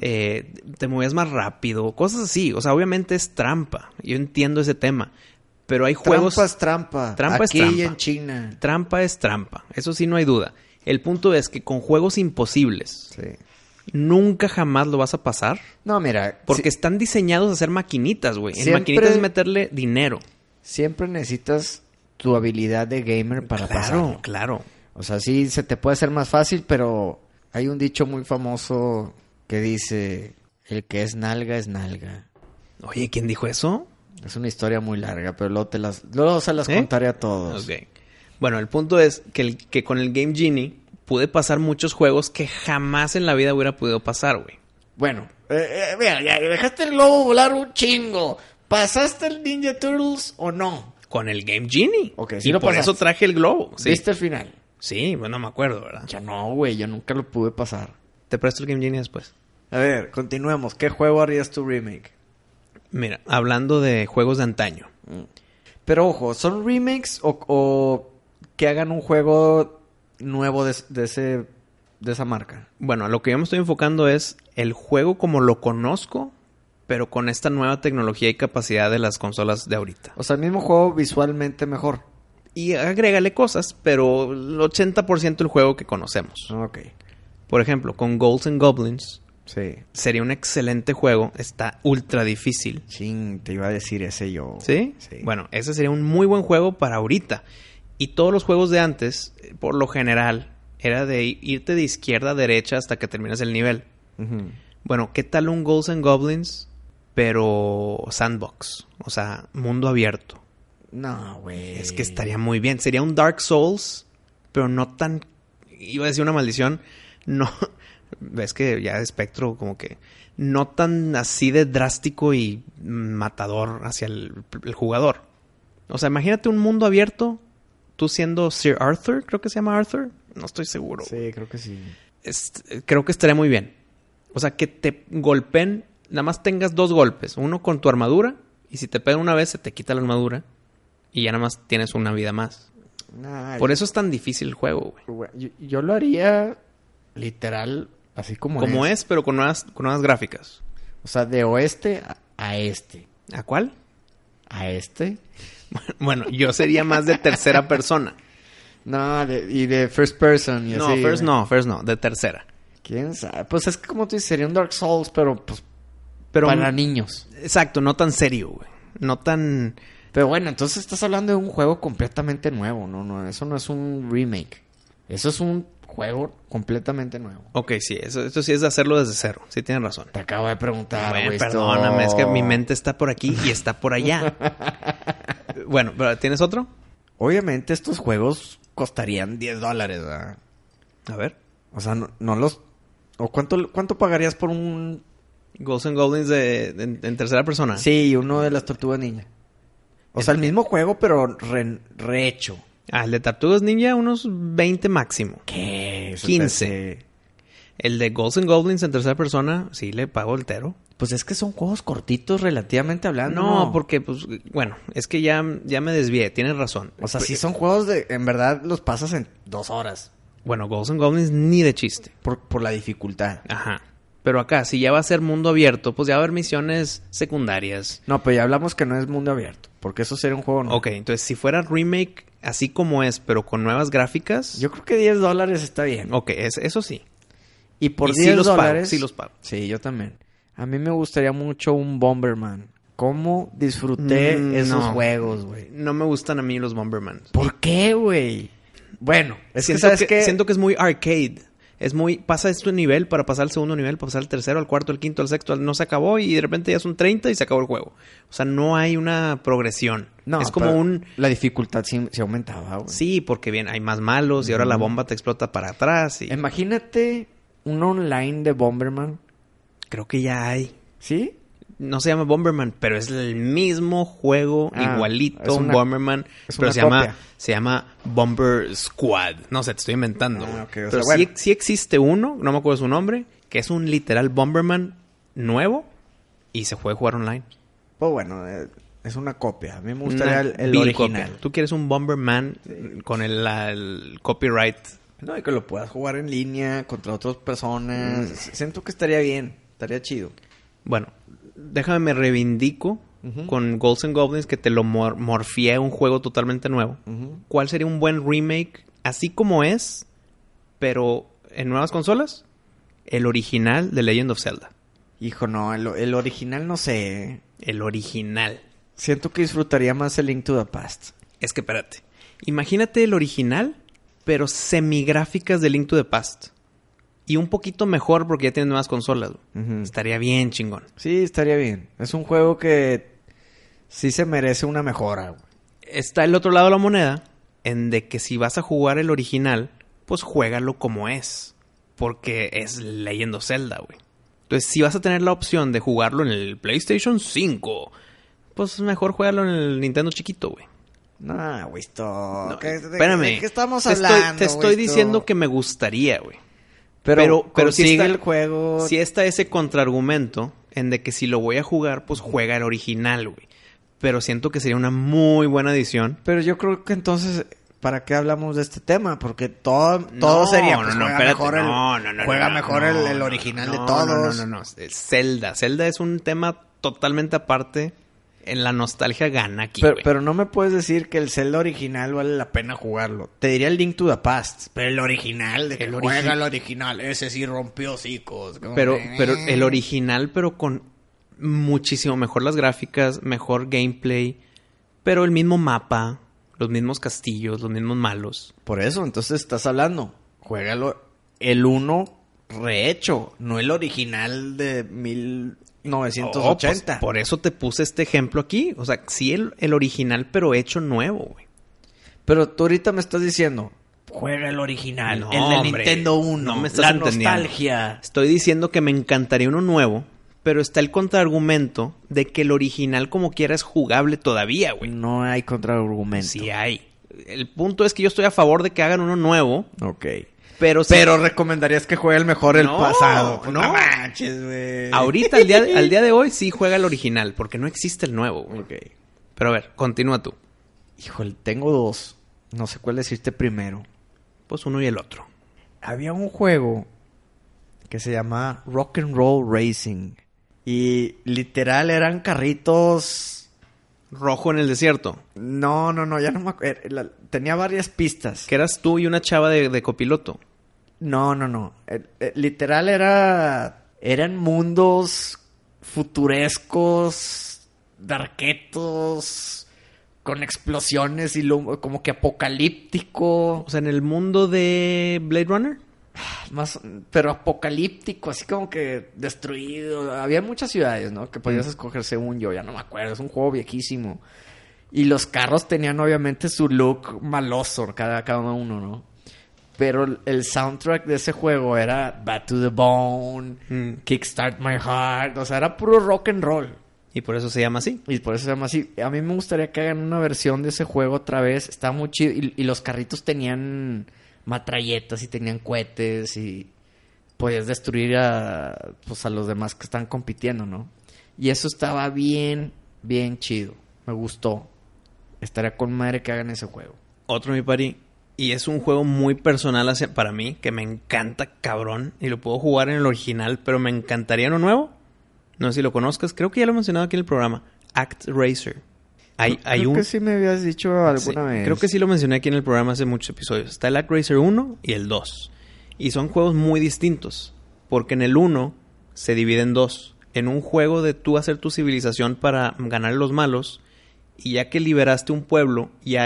te movías más rápido, cosas así. O sea, obviamente es trampa. Yo entiendo ese tema. Pero hay juegos... Trampa es trampa. Trampa es Aquí trampa. y en China. Trampa es trampa. Eso sí, no hay duda. El punto es que con juegos imposibles, Sí. nunca jamás lo vas a pasar. No, mira. Porque están diseñados a hacer maquinitas, güey. En Siempre- maquinitas es meterle dinero. Siempre necesitas tu habilidad de gamer para pasarlo. Claro. O sea, sí se te puede hacer más fácil, pero hay un dicho muy famoso que dice, el que es nalga es nalga. Oye, ¿quién dijo eso? Es una historia muy larga, pero luego se las ¿Eh? contaré a todos. Ok. Bueno, el punto es que con el Game Genie pude pasar muchos juegos que jamás en la vida hubiera podido pasar, güey. Bueno, mira, ya dejaste el globo volar un chingo. ¿Pasaste el Ninja Turtles o no? Con el Game Genie. Ok, sí y lo por pasaste. eso traje el globo. Sí, ¿Viste el final? sí, bueno, no me acuerdo, ¿verdad? Ya no, güey, yo nunca lo pude pasar. Te presto el Game Genie después. A ver, continuemos. ¿Qué juego harías tu remake? Mira, hablando de juegos de antaño. Pero ojo, ¿son remakes o que hagan un juego nuevo de esa marca? Bueno, a lo que yo me estoy enfocando es el juego como lo conozco, pero con esta nueva tecnología y capacidad de las consolas de ahorita. O sea, el mismo juego visualmente mejor. Y agrégale cosas, pero el 80% del juego que conocemos. Ok. Por ejemplo, con Ghouls and Goblins Sí. sería un excelente juego. Está ultra difícil. Ching, te iba a decir ese yo. ¿Sí? Sí. Bueno, ese sería un muy buen juego para ahorita. Y todos los juegos de antes, por lo general, era de irte de izquierda a derecha hasta que terminas el nivel. Ujú. Bueno, ¿qué tal un Ghouls and Goblins, pero sandbox? O sea, mundo abierto. No, güey. Es que estaría muy bien. Sería un Dark Souls, pero no tan... Iba a decir una maldición. No... Ves que ya Espectro como que... No tan así de drástico y matador hacia el jugador. O sea, imagínate un mundo abierto. Tú siendo Sir Arthur, creo que se llama Arthur. No estoy seguro. Sí, creo que sí. creo que estaría muy bien. O sea, que te golpeen, nada más tengas 2 golpes. Uno con tu armadura, y si te pegan una vez, se te quita la armadura. Y ya nada más tienes una vida más. Por eso es tan difícil el juego, güey. Yo lo haría literal así como es, pero con nuevas gráficas. O sea, de oeste a este. ¿A cuál? ¿A este? Bueno, yo sería más de tercera persona. No, y de first person. Y No, así, first no, de tercera. ¿Quién sabe? Pues es que como tú dices, sería un Dark Souls, pero pues Pero para niños. Exacto, no tan serio, güey. No tan... Pero bueno, entonces estás hablando de un juego completamente nuevo. No, eso no es un remake. Eso es un juego completamente nuevo. Ok, sí, eso sí es de hacerlo desde cero. Sí, tienes razón. Te acabo de preguntar, Bueno, güey. perdóname, es que mi mente está por aquí y está por allá. Bueno, pero ¿tienes otro? Obviamente estos juegos costarían $10, ¿verdad? A ver. O sea, no los... ¿O cuánto pagarías por un... Ghosts and Goblins en tercera persona? Sí, uno de las Tortugas Ninja. O sea, el mismo juego, pero rehecho. Ah, el de Tortugas Ninja, unos 20 máximo. ¿Qué? 15. El de Ghosts and Goblins en tercera persona, sí le pago el tero. Pues es que son juegos cortitos relativamente hablando. No, porque, pues, bueno, es que ya me desvié, tienes razón. O sea, sí son juegos de... En verdad los pasas en 2 horas. Bueno, Ghosts and Goblins ni de chiste. Por la dificultad. Ajá. Pero acá, si ya va a ser mundo abierto, pues ya va a haber misiones secundarias. No, pero ya hablamos que no es mundo abierto. Porque eso sería un juego nuevo. Ok, entonces si fuera remake así como es, pero con nuevas gráficas... Yo creo que $10 está bien. Ok, eso sí. Y por y $10 sí los pago, sí los pago. Sí, yo también. A mí me gustaría mucho un Bomberman. ¿Cómo disfruté esos juegos, güey? No me gustan a mí los Bomberman. ¿Por qué, güey? Bueno, es que siento ¿sabes qué? Siento que es muy arcade. Es muy... Pasa este nivel para pasar al segundo nivel, para pasar al tercero, al cuarto, al quinto, al sexto. No se acabó y de repente ya son 30 y se acabó el juego. O sea, no hay una progresión. No, es como la dificultad sí aumentaba, güey. Sí, porque bien, hay más malos y ahora la bomba te explota para atrás. Y... Imagínate un online de Bomberman. Creo que ya hay. ¿Sí? No se llama Bomberman, pero es el mismo juego, igualito, Bomberman. Pero se llama Bomber Squad. No sé, te estoy inventando. Okay, pero sí existe uno, no me acuerdo su nombre, que es un literal Bomberman nuevo y se puede jugar online. Pues bueno, es una copia. A mí me gustaría el original. Copia. Tú quieres un Bomberman con el copyright. No, y que lo puedas jugar en línea contra otras personas. Siento que estaría bien, estaría chido. Bueno, déjame me reivindico con Ghosts and Goblins, que te lo morfié un juego totalmente nuevo. ¿Cuál sería un buen remake? Así como es, pero en nuevas consolas. El original de Legend of Zelda. Hijo, no, el original no sé. El original. Siento que disfrutaría más el Link to the Past. Es que espérate. Imagínate el original, pero semigráficas de Link to the Past. Y un poquito mejor porque ya tienen nuevas consolas. Estaría bien chingón. Sí, estaría bien. Es un juego que sí se merece una mejora, güey. Está el otro lado de la moneda, en de que si vas a jugar el original, pues juégalo como es. Porque es Legend of Zelda, güey. Entonces, si vas a tener la opción de jugarlo en el PlayStation 5, pues mejor juégalo en el Nintendo chiquito, güey. No, güey, no, espérame. ¿De qué estamos hablando? Te estoy diciendo que me gustaría, güey. Pero si está el juego... Si está ese contraargumento en de que si lo voy a jugar, pues juega el original, güey. Pero siento que sería una muy buena adición. Pero yo creo que entonces, ¿para qué hablamos de este tema? Porque todo sería, pues juega mejor el original de todos. No. Zelda es un tema totalmente aparte. En la nostalgia gana aquí, pero no me puedes decir que el Zelda original vale la pena jugarlo. Te diría el Link to the Past. Pero el original, juega el original. Ese sí rompió hocicos. Pero el original, pero con muchísimo mejor las gráficas, mejor gameplay. Pero el mismo mapa, los mismos castillos, los mismos malos. Por eso, entonces estás hablando. Juégalo el 1 rehecho, no el original de 1980. Pues por eso te puse este ejemplo aquí. O sea, sí el original, pero hecho nuevo, güey. Pero tú ahorita me estás diciendo, juega el original, no, el de Nintendo 1, no me estás entendiendo. Nostalgia. Estoy diciendo que me encantaría uno nuevo, pero está el contraargumento de que el original como quiera es jugable todavía, güey. No hay contraargumento. Sí hay. El punto es que yo estoy a favor de que hagan uno nuevo. Ok. Pero recomendarías que juegue el mejor el No, pasado. no. No manches, güey. ahorita, al día de hoy, sí juega el original, porque no existe el nuevo, güey. Ok. Pero a ver, continúa tú. Híjole, tengo dos. No sé cuál decirte primero. Pues uno y el otro. Había un juego que se llama Rock and Roll Racing. Y literal eran carritos... Rojo en el desierto. No, ya no me acuerdo. Tenía varias pistas. Que eras tú y una chava de copiloto. No. Literal eran mundos futurescos, darketos, con explosiones y como que apocalíptico. O sea, en el mundo de Blade Runner. Más, pero apocalíptico, así como que destruido. Había muchas ciudades, ¿no? Que podías escoger según yo, ya no me acuerdo. Es un juego viejísimo. Y los carros tenían obviamente su look maloso, cada uno, ¿no? Pero el soundtrack de ese juego era Bad to the Bone, Kickstart My Heart. O sea, era puro rock and roll. Y por eso se llama así. Y por eso se llama así. A mí me gustaría que hagan una versión de ese juego otra vez. Estaba muy chido. Y los carritos tenían matralletas y tenían cohetes y podías destruir a los demás que están compitiendo, ¿no? Y eso estaba bien chido. Me gustó. Estaría con madre que hagan ese juego. Otro mi pari. Y es un juego muy personal para mí, que me encanta cabrón. Y lo puedo jugar en el original, pero me encantaría uno nuevo. No sé si lo conozcas. Creo que ya lo he mencionado aquí en el programa. Act Racer. Creo que sí me habías dicho alguna vez. Creo que sí lo mencioné aquí en el programa hace muchos episodios. Está el Act Racer 1 y el 2. Y son juegos muy distintos. Porque en el 1 se divide en dos. En un juego de tú hacer tu civilización para ganar a los malos. Y ya que liberaste un pueblo, ya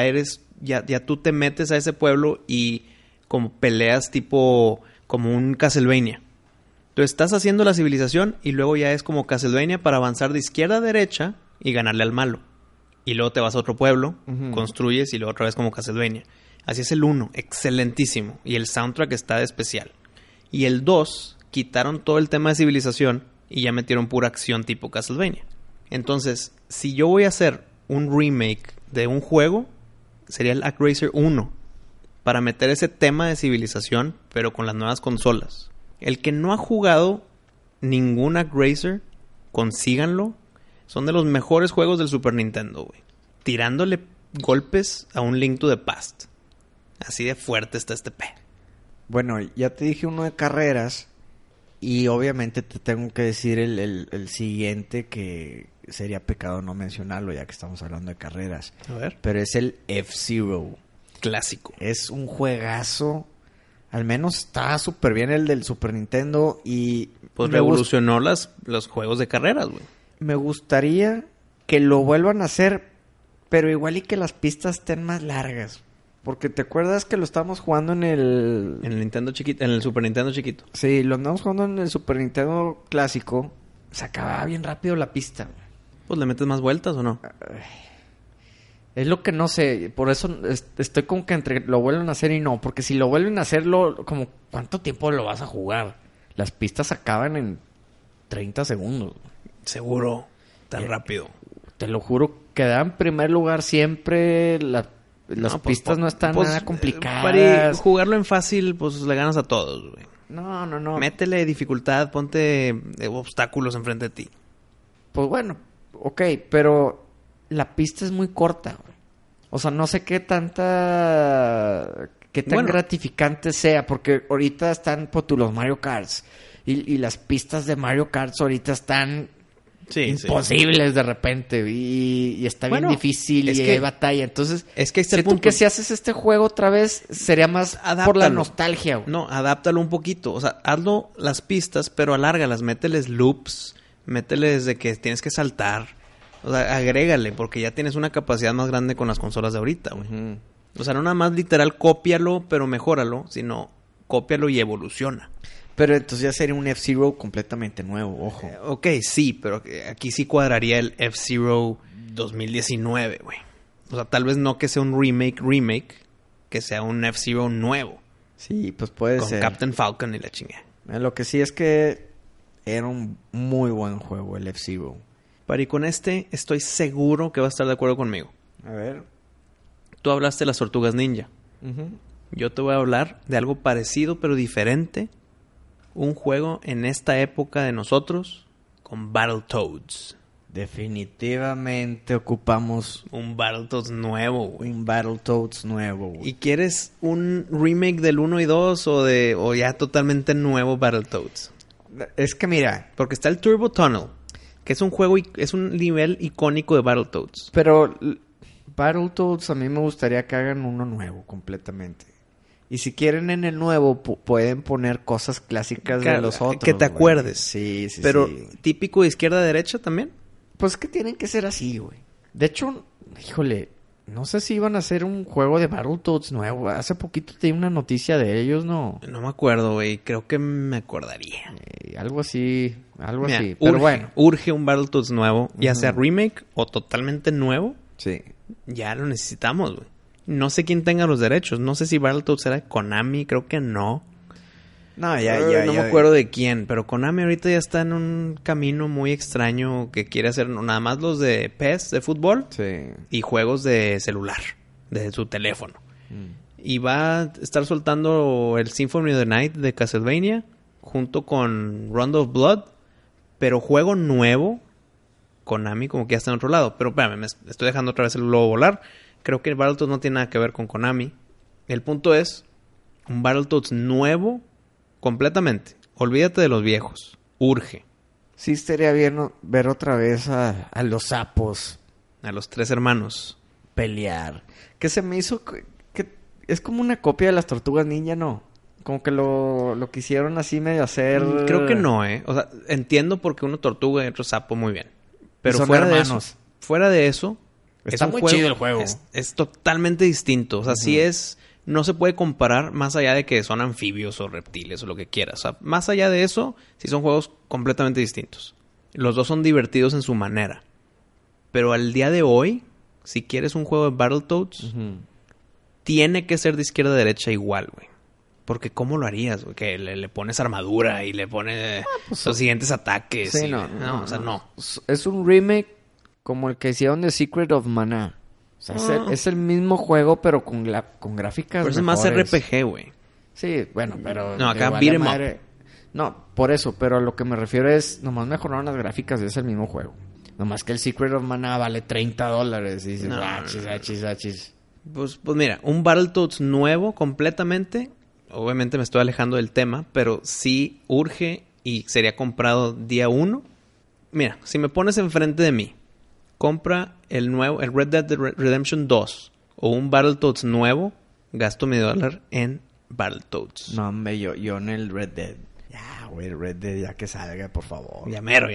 tú te metes a ese pueblo y como peleas tipo como un Castlevania. Entonces estás haciendo la civilización y luego ya es como Castlevania para avanzar de izquierda a derecha y ganarle al malo. Y luego te vas a otro pueblo, construyes y luego otra vez como Castlevania. Así es el 1, excelentísimo. Y el soundtrack está de especial. Y el 2, quitaron todo el tema de civilización y ya metieron pura acción tipo Castlevania. Entonces, si yo voy a hacer un remake de un juego, sería el Act Racer 1. Para meter ese tema de civilización, pero con las nuevas consolas. El que no ha jugado ningún Act Racer, consíganlo. Son de los mejores juegos del Super Nintendo, güey. Tirándole golpes a un Link to the Past. Así de fuerte está este pedo. Bueno, ya te dije uno de carreras. Y obviamente te tengo que decir el siguiente, que sería pecado no mencionarlo ya que estamos hablando de carreras. A ver. Pero es el F-Zero. Clásico. Es un juegazo. Al menos está súper bien el del Super Nintendo. Y pues revolucionó los juegos de carreras, güey. Me gustaría que lo vuelvan a hacer, pero igual y que las pistas estén más largas. Porque te acuerdas que lo estábamos jugando en el Nintendo chiquito, en el Super Nintendo chiquito. Sí, lo andamos jugando en el Super Nintendo clásico. Se acababa bien rápido la pista. Pues le metes más vueltas o no. Es lo que no sé. Por eso estoy como que entre lo vuelven a hacer y no. Porque si lo vuelven a hacerlo, como ¿cuánto tiempo lo vas a jugar? Las pistas acaban en 30 segundos. Seguro. Tan rápido. Te lo juro, queda en primer lugar siempre. Las pistas no están nada complicadas. Para jugarlo en fácil, pues le ganas a todos, güey. No. Métele dificultad, ponte obstáculos enfrente de ti. Pues bueno, ok, pero la pista es muy corta, güey. O sea, no sé qué tan gratificante sea, porque ahorita están los Mario Karts. Y las pistas de Mario Karts ahorita están imposibles de repente. Y está bien difícil y hay batalla. Entonces, es que siento que si haces este juego otra vez, sería más por la nostalgia, güey. No, adáptalo un poquito. O sea, hazlo las pistas, pero alárgalas. Mételes loops. Mételes de que tienes que saltar. O sea, agrégale, porque ya tienes una capacidad más grande con las consolas de ahorita, güey. O sea, no nada más literal cópialo, pero mejóralo, sino cópialo y evoluciona. Pero entonces ya sería un F-Zero completamente nuevo, ojo. Ok, sí, pero aquí sí cuadraría el F-Zero 2019, güey. O sea, tal vez no que sea un remake, que sea un F-Zero nuevo. Sí, pues puede ser. Con Captain Falcon y la chingada. Lo que sí es que era un muy buen juego el F-Zero. Pero y con este estoy seguro que va a estar de acuerdo conmigo. A ver. Tú hablaste de las Tortugas Ninja. Yo te voy a hablar de algo parecido pero diferente. Un juego en esta época de nosotros con Battletoads. Definitivamente ocupamos Un Battletoads nuevo, güey. un Battletoads nuevo, güey. ¿Y quieres un remake del 1 y 2 o ya totalmente nuevo Battletoads? Es que mira, Porque está el Turbo Tunnel, que es un juego, es un nivel icónico de Battletoads. pero Battletoads a mí me gustaría que hagan uno nuevo completamente. Y si quieren en el nuevo, pueden poner cosas clásicas de los otros. Que te güey. acuerdes. Sí, sí, Pero sí. típico de izquierda a derecha también. Pues que tienen que ser así, güey. De hecho, híjole, no sé si iban a hacer un juego de Battletoads nuevo. Hace poquito te di una noticia de ellos, ¿no? No me acuerdo, güey. Creo que me acordaría. Algo así, Mira, así. Pero bueno. urge un Battletoads nuevo, ya Ujú. sea remake o totalmente nuevo. Sí. Ya lo necesitamos, güey. No sé quién tenga los derechos. No sé si Battletoads era de Konami, creo que no. No, No me acuerdo de quién, pero Konami ahorita ya está en un camino muy extraño que quiere hacer nada más los de PES, de fútbol, Sí. y juegos de celular, de su teléfono. Mm. Y va a estar soltando el Symphony of the Night de Castlevania junto con Round of Blood, pero juego nuevo. Konami como que ya está en otro lado. Pero espérame, me estoy dejando otra vez el globo volar. Creo que el Battletoads no tiene nada que ver con Konami. El punto es un Battletoads nuevo completamente. Olvídate de los viejos. Urge. Sí estaría bien ver otra vez a los sapos A los 3 hermanos. pelear. Que se me hizo que es como una copia de las Tortugas Ninja, ¿no? Como que lo quisieron así medio hacer... Creo que no, ¿eh? O sea, entiendo por qué uno tortuga y otro sapo muy bien. Pero Son fuera hermanos. de eso... Está un muy chido el juego. Es totalmente distinto. O sea, sí es... No se puede comparar más allá de que son anfibios o reptiles o lo que quieras. O sea, más allá de eso, sí son juegos completamente distintos. Los dos son divertidos en su manera. Pero al día de hoy, si quieres un juego de Battletoads, Ujú. tiene que ser de izquierda a derecha igual, güey. Porque ¿cómo lo harías, güey? Que le pones armadura y le pones los siguientes ataques. Sí, y- no. o sea, no. Es un remake como el que hicieron de Secret of Mana. O sea, es el mismo juego, pero con gráficas Pero es más mejores. RPG, güey. Sí, bueno, pero... No, acá le vale beat 'em up. madre. No, por eso, pero a lo que me refiero es... Nomás mejoraron las gráficas, es el mismo juego. Nomás que el Secret of Mana vale $30. Y dices, No, achis. Pues mira, un Battletoads nuevo completamente. Obviamente me estoy alejando del tema, pero sí urge y sería comprado día 1. Mira, si me pones enfrente de mí, compra el Red Dead Redemption 2 o un Battletoads nuevo, gasto $1 en Battletoads. No, hombre, yo en el Red Dead. Ya, güey, el Red Dead ya que salga, por favor. Ya mero.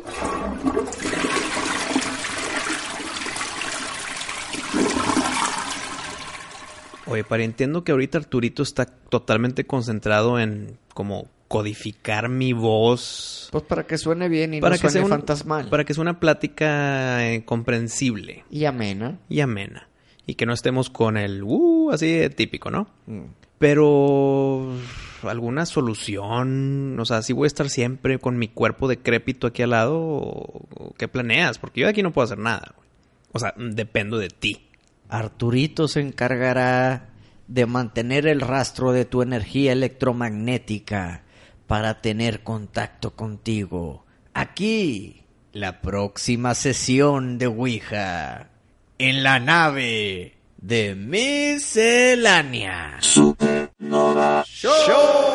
Oye, Pari, entiendo que ahorita Arturito está totalmente concentrado en como codificar mi voz Pues para que suene bien y para no que suene sea fantasmal. para que sea una plática comprensible Y amena. y amena y que no estemos con el así de típico, ¿no? Mm. Pero alguna solución, o sea, ¿sí voy a estar siempre con mi cuerpo decrépito aquí al lado o qué planeas? Porque yo de aquí no puedo hacer nada, güey. O sea, dependo de ti. Arturito se encargará de mantener el rastro de tu energía electromagnética para tener contacto contigo. Aquí, la próxima sesión de Ouija en la nave de Miscelánea. Supernova Show.